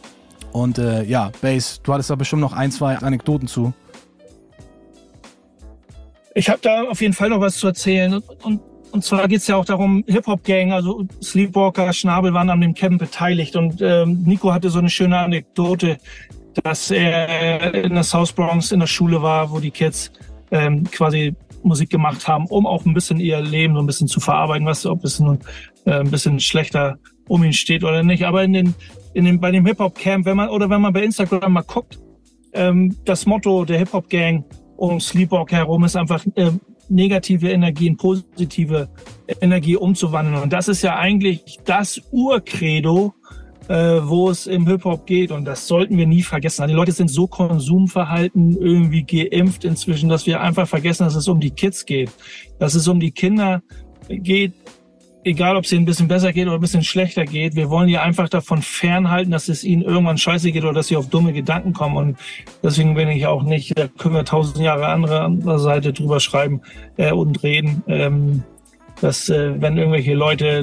Und äh, ja, Bass, du hattest da bestimmt noch ein, zwei Anekdoten zu. Ich habe da auf jeden Fall noch was zu erzählen. Und, und, und zwar geht es ja auch darum, Hip-Hop-Gang, also Sleepwalker, Schnabel waren an dem Camp beteiligt. Und ähm, Nico hatte so eine schöne Anekdote dass er in der South Bronx in der Schule war, wo die Kids ähm, quasi Musik gemacht haben, um auch ein bisschen ihr Leben so ein bisschen zu verarbeiten, was ob es nun äh, ein bisschen schlechter um ihn steht oder nicht. Aber in den, in den, bei dem Hip-Hop-Camp, wenn man, oder wenn man bei Instagram mal guckt, ähm, das Motto der Hip-Hop-Gang um Sleepwalk herum ist einfach äh, negative Energie in positive Energie umzuwandeln. Und das ist ja eigentlich das Urcredo, äh, wo es im Hip-Hop geht. Und das sollten wir nie vergessen. Die Leute sind so Konsumverhalten irgendwie geimpft inzwischen, dass wir einfach vergessen, dass es um die Kids geht. Dass es um die Kinder geht, egal ob es ihnen ein bisschen besser geht oder ein bisschen schlechter geht. Wir wollen die einfach davon fernhalten, dass es ihnen irgendwann scheiße geht oder dass sie auf dumme Gedanken kommen. Und deswegen bin ich auch nicht, da können wir tausend Jahre andere, andere Seite drüber schreiben äh, und reden, ähm, dass äh, wenn irgendwelche Leute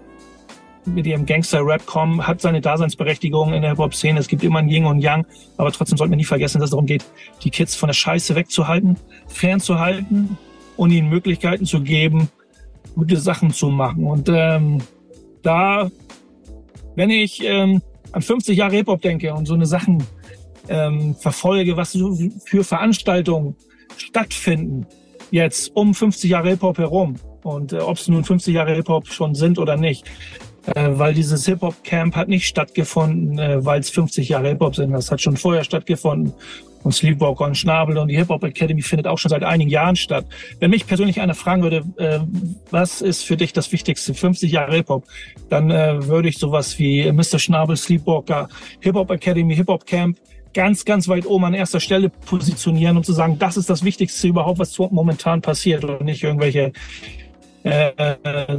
mit ihrem Gangster-Rap kommen, hat seine Daseinsberechtigung in der Hip-Hop-Szene. Es gibt immer ein Yin und Yang, aber trotzdem sollten wir nie vergessen, dass es darum geht, die Kids von der Scheiße wegzuhalten, fernzuhalten und ihnen Möglichkeiten zu geben, gute Sachen zu machen. Und ähm, da, wenn ich ähm, an fünfzig Jahre Hip-Hop denke und so eine Sachen ähm, verfolge, was so für Veranstaltungen stattfinden, jetzt um fünfzig Jahre Hip-Hop herum und äh, ob es nun fünfzig Jahre Hip-Hop schon sind oder nicht, äh, weil dieses Hip-Hop-Camp hat nicht stattgefunden, äh, weil es fünfzig Jahre Hip-Hop sind. Das hat schon vorher stattgefunden. Und Sleepwalker und Schnabel und die Hip-Hop Academy findet auch schon seit einigen Jahren statt. Wenn mich persönlich einer fragen würde, äh, was ist für dich das Wichtigste, fünfzig Jahre Hip-Hop, dann äh, würde ich sowas wie Mister Schnabel, Sleepwalker, Hip-Hop Academy, Hip-Hop Camp ganz, ganz weit oben an erster Stelle positionieren und zu sagen, das ist das Wichtigste überhaupt, was momentan passiert und nicht irgendwelche äh, äh,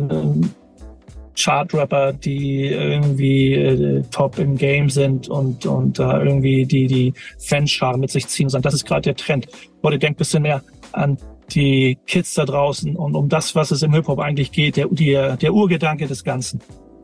Chart-Rapper, die irgendwie äh, top im Game sind und und da äh, irgendwie die die Fanscharen mit sich ziehen und sagen, das ist gerade der Trend. Leute, denkt ein bisschen mehr an die Kids da draußen und um das, was es im Hip-Hop eigentlich geht, der, der, der Urgedanke des Ganzen.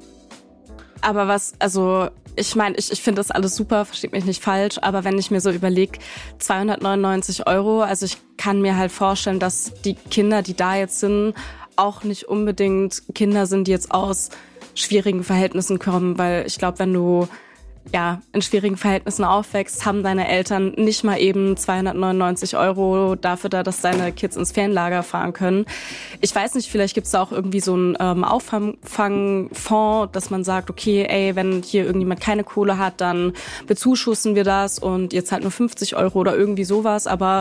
Aber was, also ich meine, ich, ich finde das alles super, versteht mich nicht falsch, aber wenn ich mir so überlege, zweihundertneunundneunzig Euro, also ich kann mir halt vorstellen, dass die Kinder, die da jetzt sind, auch nicht unbedingt Kinder sind, die jetzt aus schwierigen Verhältnissen kommen, weil ich glaube, wenn du ja in schwierigen Verhältnissen aufwächst, haben deine Eltern nicht mal eben zweihundertneunundneunzig Euro dafür da, dass deine Kids ins Ferienlager fahren können. Ich weiß nicht, vielleicht gibt's da auch irgendwie so einen ähm, Auffangfonds, dass man sagt, okay, ey, wenn hier irgendjemand keine Kohle hat, dann bezuschussen wir das und jetzt halt nur fünfzig Euro oder irgendwie sowas, aber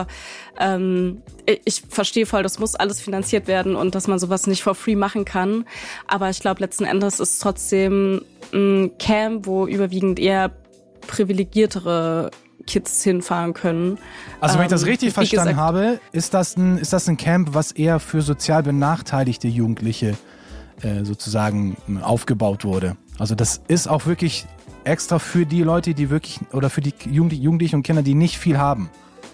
ähm, ich verstehe voll, das muss alles finanziert werden und dass man sowas nicht for free machen kann. Aber ich glaube, letzten Endes ist es trotzdem ein Camp, wo überwiegend eher privilegiertere Kids hinfahren können. Also wenn ich das ähm, richtig verstanden gesagt, habe, ist das, ein, ist das ein Camp, was eher für sozial benachteiligte Jugendliche äh, sozusagen aufgebaut wurde. Also das ist auch wirklich extra für die Leute, die wirklich, oder für die Jugendlichen und Kinder, die nicht viel haben.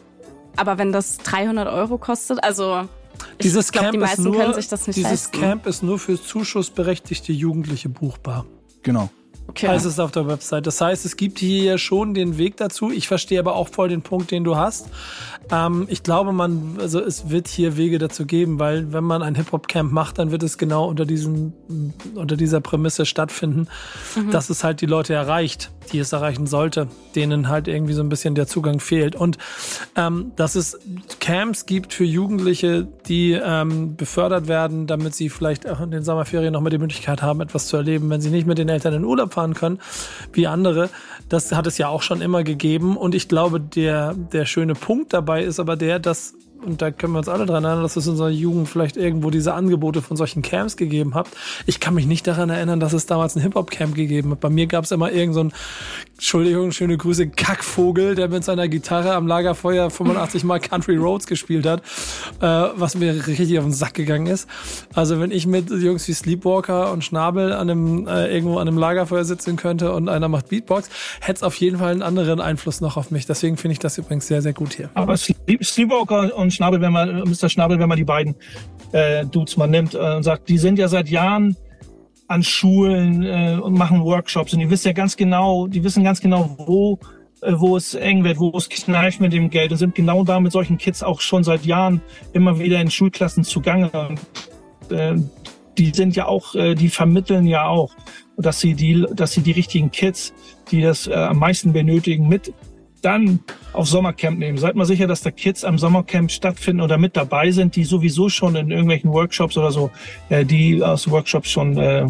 Aber wenn das dreihundert Euro kostet, also ich dieses glaube, die Camp ist meisten nur, können sich das nicht dieses leisten. Camp ist nur für zuschussberechtigte Jugendliche buchbar. Genau. Okay. Heißt es auf der Website. Das heißt, es gibt hier ja schon den Weg dazu. Ich verstehe aber auch voll den Punkt, den du hast. Ähm, ich glaube, man, also es wird hier Wege dazu geben, weil wenn man ein Hip-Hop-Camp macht, dann wird es genau unter diesem, unter dieser Prämisse stattfinden, mhm. dass es halt die Leute erreicht, die es erreichen sollte, denen halt irgendwie so ein bisschen der Zugang fehlt. Und ähm, dass es Camps gibt für Jugendliche, die ähm, befördert werden, damit sie vielleicht auch in den Sommerferien nochmal die Möglichkeit haben, etwas zu erleben, wenn sie nicht mit den Eltern in Urlaub fahren können, wie andere. Das hat es ja auch schon immer gegeben. Und ich glaube, der, der schöne Punkt dabei ist aber der, dass, und da können wir uns alle dran erinnern, dass es in unserer Jugend vielleicht irgendwo diese Angebote von solchen Camps gegeben hat. Ich kann mich nicht daran erinnern, dass es damals ein Hip-Hop-Camp gegeben hat. Bei mir gab es immer irgend so ein, Entschuldigung, schöne Grüße, Kackvogel, der mit seiner Gitarre am Lagerfeuer fünfundachtzig Mal Country Roads gespielt hat, äh, was mir richtig auf den Sack gegangen ist. Also wenn ich mit Jungs wie Sleepwalker und Schnabel an einem, äh, irgendwo an einem Lagerfeuer sitzen könnte und einer macht Beatbox, hätte es auf jeden Fall einen anderen Einfluss noch auf mich. Deswegen finde ich das übrigens sehr, sehr gut hier. Aber Sleep, Sleepwalker und Schnabel, wenn man, Mister Schnabel, wenn man die beiden äh, Dudes mal nimmt äh, und sagt, die sind ja seit Jahren an Schulen äh, und machen Workshops und die wissen ja ganz genau, die wissen ganz genau, wo äh, wo es eng wird, wo es kneift mit dem Geld und sind genau da mit solchen Kids auch schon seit Jahren immer wieder in Schulklassen zugange. Und, äh, die sind ja auch, äh, die vermitteln ja auch, dass sie die, dass sie die richtigen Kids, die das äh, am meisten benötigen, mit dann auf Sommercamp nehmen. Seid mal sicher, dass da Kids am Sommercamp stattfinden oder mit dabei sind, die sowieso schon in irgendwelchen Workshops oder so, äh, die aus Workshops schon äh,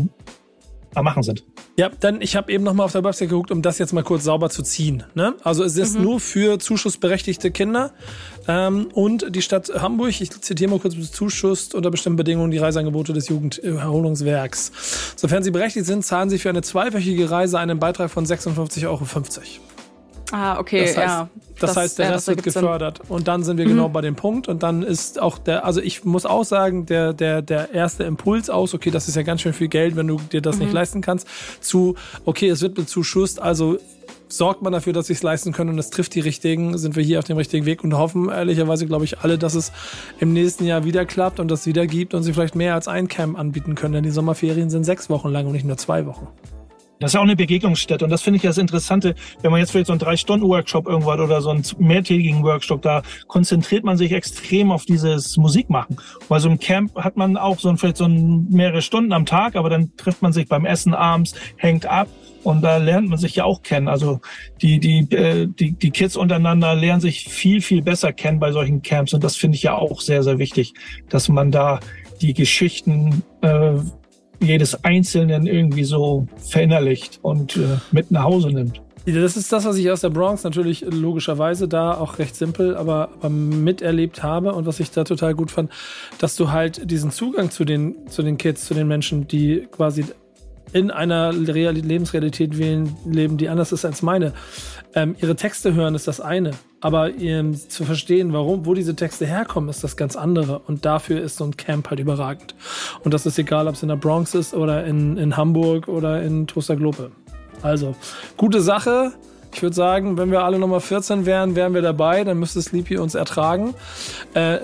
am Machen sind. Ja, dann, ich habe eben nochmal auf der Website geguckt, um das jetzt mal kurz sauber zu ziehen. Ne? Also es ist mhm. nur für zuschussberechtigte Kinder ähm, und die Stadt Hamburg, ich zitiere mal kurz, zuschusst unter bestimmten Bedingungen die Reiseangebote des Jugenderholungswerks. Sofern sie berechtigt sind, zahlen sie für eine zweiwöchige Reise einen Beitrag von sechsundfünfzig Euro fünfzig. Ah, okay, das heißt, ja. Das, das heißt, der ja, Rest wird gefördert. Sinn. Und dann sind wir mhm. genau bei dem Punkt. Und dann ist auch der, also ich muss auch sagen, der, der, der erste Impuls aus, okay, das ist ja ganz schön viel Geld, wenn du dir das mhm. nicht leisten kannst, zu, okay, es wird bezuschusst, also sorgt man dafür, dass sie es leisten können und es trifft die Richtigen, sind wir hier auf dem richtigen Weg und hoffen ehrlicherweise, glaube ich, alle, dass es im nächsten Jahr wieder klappt und das wieder gibt und sie vielleicht mehr als ein Camp anbieten können, denn die Sommerferien sind sechs Wochen lang und nicht nur zwei Wochen. Das ist ja auch eine Begegnungsstätte und das finde ich ja das Interessante, wenn man jetzt vielleicht so einen drei-Stunden-Workshop irgendwo hat oder so einen mehrtägigen Workshop, da konzentriert man sich extrem auf dieses Musikmachen. Bei so einem Camp hat man auch so ein, vielleicht so ein mehrere Stunden am Tag, aber dann trifft man sich beim Essen abends, hängt ab und da lernt man sich ja auch kennen. Also die, die, äh, die, die Kids untereinander lernen sich viel, viel besser kennen bei solchen Camps und das finde ich ja auch sehr, sehr wichtig, dass man da die Geschichten äh, jedes Einzelnen irgendwie so verinnerlicht und äh, mit nach Hause nimmt. Das ist das, was ich aus der Bronx natürlich logischerweise da auch recht simpel, aber, aber miterlebt habe und was ich da total gut fand, dass du halt diesen Zugang zu den, zu den Kids, zu den Menschen, die quasi in einer Real- Lebensrealität wählen, leben, die anders ist als meine. Ähm, ihre Texte hören ist das eine, aber ähm, zu verstehen, warum, wo diese Texte herkommen, ist das ganz andere. Und dafür ist so ein Camp halt überragend. Und das ist egal, ob es in der Bronx ist oder in, in Hamburg oder in Toaster Globe. Also, gute Sache. Ich würde sagen, wenn wir alle nochmal vierzehn wären, wären wir dabei. Dann müsste Sleepy uns ertragen. Äh, äh,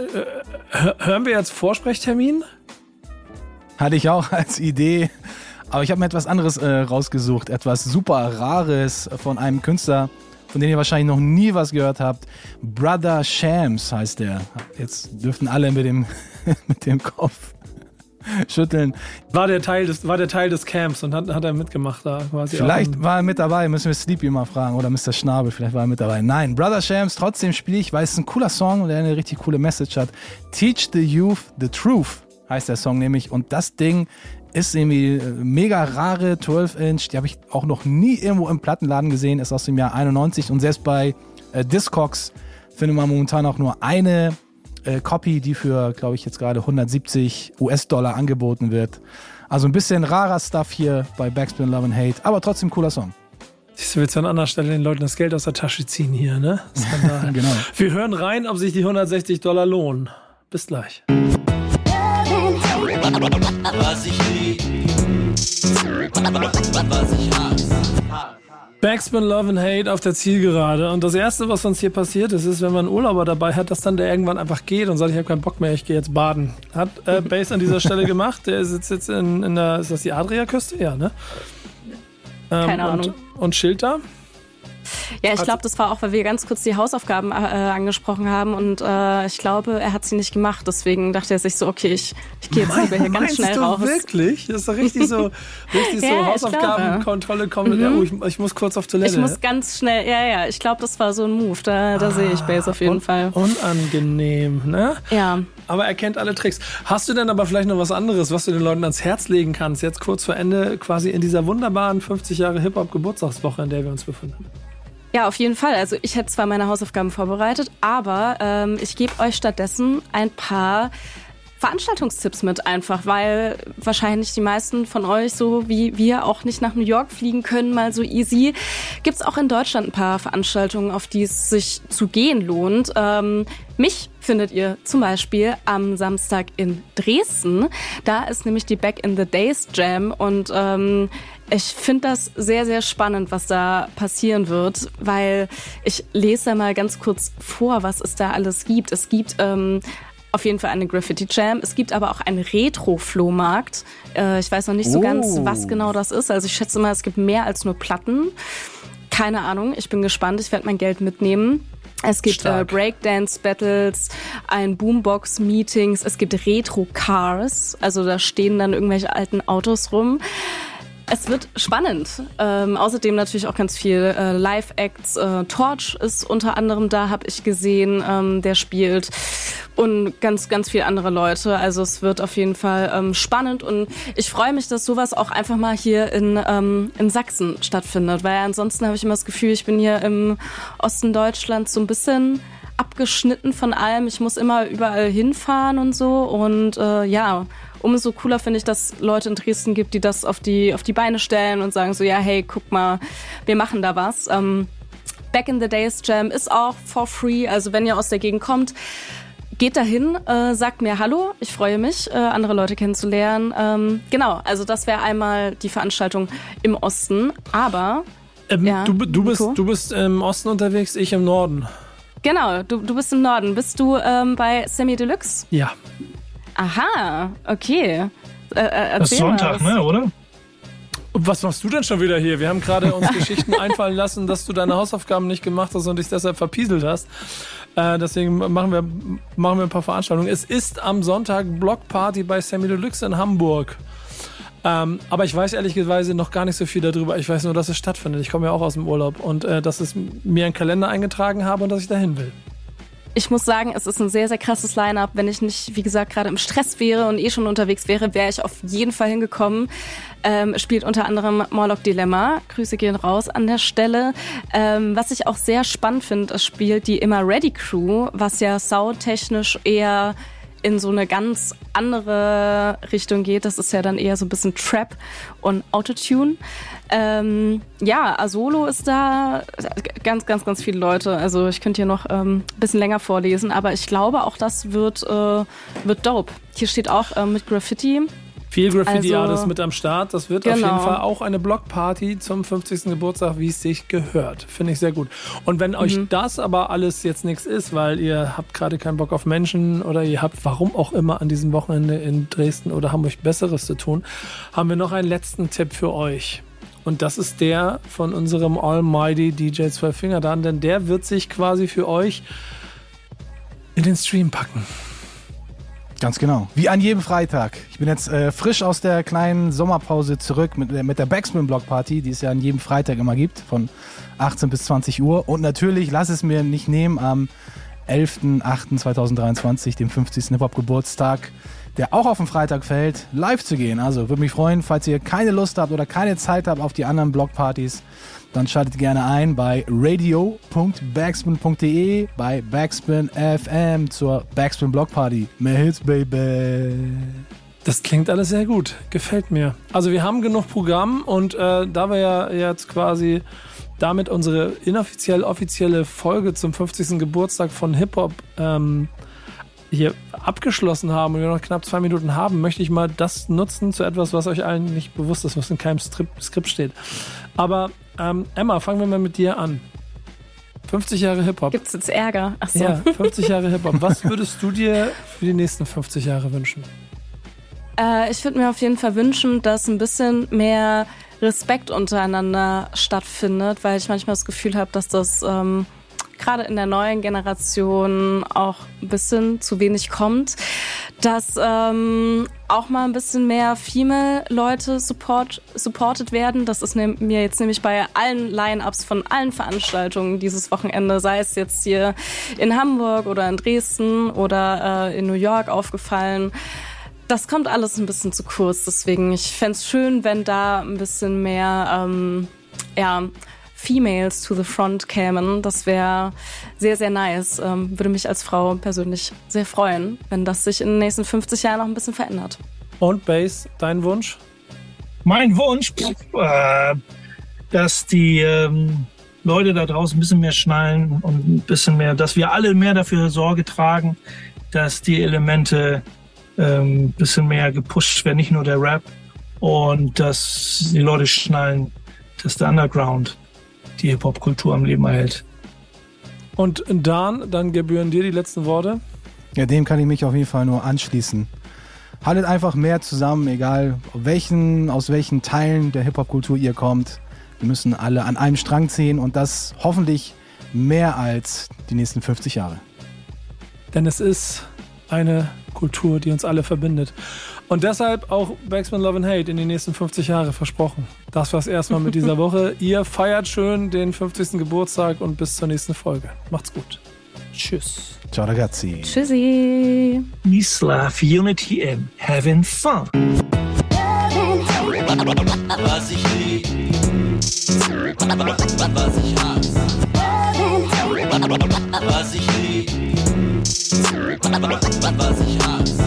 hören wir jetzt Vorsprechtermin? Hatte ich auch als Idee. Aber ich habe mir etwas anderes äh, rausgesucht, etwas super Rares von einem Künstler, von dem ihr wahrscheinlich noch nie was gehört habt. Brother Shams heißt der. Jetzt dürften alle mit dem, mit dem Kopf schütteln. War der Teil des, war der Teil des Camps und hat, hat er mitgemacht da quasi. Vielleicht war er mit dabei, müssen wir Sleepy mal fragen oder Mister Schnabel, vielleicht war er mit dabei. Nein, Brother Shams, trotzdem spiele ich, weil es ein cooler Song und der eine richtig coole Message hat. Teach the Youth the Truth heißt der Song nämlich und das Ding ist irgendwie mega rare zwölf Inch, die habe ich auch noch nie irgendwo im Plattenladen gesehen, ist aus dem Jahr einundneunzig und selbst bei äh, Discogs findet man momentan auch nur eine äh, Copy, die für, glaube ich, jetzt gerade hundertsiebzig US-Dollar angeboten wird. Also ein bisschen rarer Stuff hier bei Backspin Love and Hate, aber trotzdem cooler Song. Siehst du, willst du an anderer Stelle den Leuten das Geld aus der Tasche ziehen hier, ne? Genau. Wir hören rein, ob sich die hundertsechzig Dollar lohnen. Bis gleich. Was ich lieb, was ich hasse. Backspin Love and Hate auf der Zielgerade. Und das Erste, was uns hier passiert ist, ist, wenn man einen Urlauber dabei hat, dass dann der irgendwann einfach geht und sagt, ich habe keinen Bock mehr, ich gehe jetzt baden. Hat äh, Bass an dieser Stelle gemacht. Der sitzt jetzt in, in der, ist das die Adriaküste? Ja, ne? Ähm, Keine Ahnung. Und, und chillt da. Ja, ich glaube, das war auch, weil wir ganz kurz die Hausaufgaben äh, angesprochen haben und äh, ich glaube, er hat sie nicht gemacht. Deswegen dachte er sich so, okay, ich, ich gehe jetzt lieber hier ganz schnell du raus. Wirklich? Das ist doch richtig so, richtig ja, so Hausaufgabenkontrolle kommen. Mhm. Ja, oh, ich, ich muss kurz auf Toilette. Ich muss ganz schnell, ja, ja, ich glaube, das war so ein Move. Da, da ah, sehe ich Bass auf jeden un- Fall. Unangenehm, ne? Ja. Aber er kennt alle Tricks. Hast du denn aber vielleicht noch was anderes, was du den Leuten ans Herz legen kannst, jetzt kurz vor Ende, quasi in dieser wunderbaren fünfzig Jahre Hip-Hop-Geburtstagswoche, in der wir uns befinden? Ja, auf jeden Fall. Also ich hätte zwar meine Hausaufgaben vorbereitet, aber ähm, ich gebe euch stattdessen ein paar Veranstaltungstipps mit einfach, weil wahrscheinlich die meisten von euch, so wie wir, auch nicht nach New York fliegen können, mal so easy. Gibt's auch in Deutschland ein paar Veranstaltungen, auf die es sich zu gehen lohnt. Ähm, mich findet ihr zum Beispiel am Samstag in Dresden. Da ist nämlich die Back in the Days Jam und ähm, ich finde das sehr, sehr spannend, was da passieren wird, weil ich lese da mal ganz kurz vor, was es da alles gibt. Es gibt ähm, auf jeden Fall eine Graffiti Jam. Es gibt aber auch einen Retro-Flohmarkt. Äh, ich weiß noch nicht so oh. ganz, was genau das ist. Also ich schätze mal, es gibt mehr als nur Platten. Keine Ahnung, ich bin gespannt. Ich werde mein Geld mitnehmen. Es gibt äh, Breakdance-Battles, ein Boombox-Meetings, es gibt Retro-Cars. Also da stehen dann irgendwelche alten Autos rum. Es wird spannend. Ähm, außerdem natürlich auch ganz viel äh, Live-Acts. Äh, Torch ist unter anderem da, habe ich gesehen, ähm, der spielt. Und ganz, ganz viele andere Leute. Also es wird auf jeden Fall ähm, spannend. Und ich freue mich, dass sowas auch einfach mal hier in, ähm, in Sachsen stattfindet. Weil ansonsten habe ich immer das Gefühl, ich bin hier im Osten Deutschlands so ein bisschen abgeschnitten von allem. Ich muss immer überall hinfahren und so. Und äh, ja... Umso cooler finde ich, dass es Leute in Dresden gibt, die das auf die, auf die Beine stellen und sagen so, ja, hey, guck mal, wir machen da was. Ähm, Back in the Days Jam ist auch for free, also wenn ihr aus der Gegend kommt, geht dahin, äh, sagt mir Hallo, ich freue mich, äh, andere Leute kennenzulernen. Ähm, genau, also das wäre einmal die Veranstaltung im Osten, aber... Ähm, ja, du, du, bist, Nico? du bist im Osten unterwegs, ich im Norden. Genau, du, du bist im Norden. Bist du ähm, bei Semi Deluxe? Ja. Aha, okay. Äh, äh, Das ist Sonntag, ne, oder? Was machst du denn schon wieder hier? Wir haben gerade uns Geschichten einfallen lassen, dass du deine Hausaufgaben nicht gemacht hast und dich deshalb verpieselt hast. Äh, deswegen machen wir, machen wir ein paar Veranstaltungen. Es ist am Sonntag Blockparty bei Semi Deluxe in Hamburg. Ähm, aber ich weiß ehrlicherweise noch gar nicht so viel darüber. Ich weiß nur, dass es stattfindet. Ich komme ja auch aus dem Urlaub und äh, dass es mir einen Kalender eingetragen habe und dass ich dahin will. Ich muss sagen, es ist ein sehr, sehr krasses Line-Up. Wenn ich nicht, wie gesagt, gerade im Stress wäre und eh schon unterwegs wäre, wäre ich auf jeden Fall hingekommen. Ähm, spielt unter anderem Morlock Dilemma. Grüße gehen raus an der Stelle. Ähm, was ich auch sehr spannend finde, es spielt die Immer Ready Crew, was ja soundtechnisch eher in so eine ganz andere Richtung geht. Das ist ja dann eher so ein bisschen Trap und Autotune. Ähm, ja, Asolo ist da, ganz, ganz, ganz viele Leute. Also ich könnte hier noch ähm, ein bisschen länger vorlesen, aber ich glaube auch, das wird, äh, wird dope. Hier steht auch äh, mit Graffiti. Viel Graffiti-Artists Also, mit am Start. Das wird genau. auf jeden Fall auch eine Blockparty zum fünfzigsten Geburtstag, wie es sich gehört. Finde ich sehr gut. Und wenn euch Mhm. das aber alles jetzt nichts ist, weil ihr habt gerade keinen Bock auf Menschen oder ihr habt warum auch immer an diesem Wochenende in Dresden oder Hamburg Besseres zu tun, haben wir noch einen letzten Tipp für euch. Und das ist der von unserem Almighty D J zwölf Finger Dan, denn der wird sich quasi für euch in den Stream packen. Ganz genau. Wie an jedem Freitag. Ich bin jetzt äh, frisch aus der kleinen Sommerpause zurück mit, mit der Backspin Block Party, die es ja an jedem Freitag immer gibt, von achtzehn bis zwanzig Uhr. Und natürlich, lass es mir nicht nehmen, am elften achten zweitausenddreiundzwanzig, dem fünfzigsten Hip-Hop-Geburtstag, der auch auf den Freitag fällt, live zu gehen. Also würde mich freuen, falls ihr keine Lust habt oder keine Zeit habt auf die anderen Blockpartys, dann schaltet gerne ein bei radio punkt backspin punkt de, bei Backspin F M zur Backspin Block Party. Mehr Hits, Baby. Das klingt alles sehr gut. Gefällt mir. Also wir haben genug Programm und äh, da wir ja jetzt quasi damit unsere inoffiziell offizielle Folge zum fünfzigsten Geburtstag von Hip-Hop ähm, hier abgeschlossen haben und wir noch knapp zwei Minuten haben, möchte ich mal das nutzen zu etwas, was euch allen nicht bewusst ist, was in keinem Strip, Skript steht. Aber ähm, Emma, fangen wir mal mit dir an. fünfzig Jahre Hip-Hop. Gibt's jetzt Ärger? Ach so. Ja, fünfzig Jahre Hip-Hop. Was würdest du dir für die nächsten fünfzig Jahre wünschen? Äh, ich würde mir auf jeden Fall wünschen, dass ein bisschen mehr Respekt untereinander stattfindet, weil ich manchmal das Gefühl habe, dass das ähm, gerade in der neuen Generation auch ein bisschen zu wenig kommt, dass ähm, auch mal ein bisschen mehr Female-Leute support, supported werden. Das ist ne, mir jetzt nämlich bei allen Line-Ups von allen Veranstaltungen dieses Wochenende, sei es jetzt hier in Hamburg oder in Dresden oder äh, in New York aufgefallen. Das kommt alles ein bisschen zu kurz, deswegen ich fände es schön, wenn da ein bisschen mehr ähm, ja, Females to the front kämen. Das wäre sehr, sehr nice. Ähm, würde mich als Frau persönlich sehr freuen, wenn das sich in den nächsten fünfzig Jahren noch ein bisschen verändert. Und Bass, dein Wunsch? Mein Wunsch, äh, dass die ähm, Leute da draußen ein bisschen mehr schnallen und ein bisschen mehr, dass wir alle mehr dafür Sorge tragen, dass die Elemente ein ähm, bisschen mehr gepusht werden, nicht nur der Rap, und dass die Leute schnallen, dass der Underground die Hip-Hop-Kultur am Leben erhält. Und Dan, dann gebühren dir die letzten Worte. Ja, dem kann ich mich auf jeden Fall nur anschließen. Haltet einfach mehr zusammen, egal welchen, aus welchen Teilen der Hip-Hop-Kultur ihr kommt. Wir müssen alle an einem Strang ziehen und das hoffentlich mehr als die nächsten fünfzig Jahre. Denn es ist eine Kultur, die uns alle verbindet. Und deshalb auch Backspin Love and Hate in die nächsten fünfzig Jahre versprochen. Das war's erstmal mit dieser Woche. Ihr feiert schön den fünfzigsten Geburtstag und bis zur nächsten Folge. Macht's gut. Tschüss. Ciao ragazzi. Tschüssi. Peace, love, unity and having fun. Was ich lieb, was ich hasse. Was ich lieb, was ich hasse.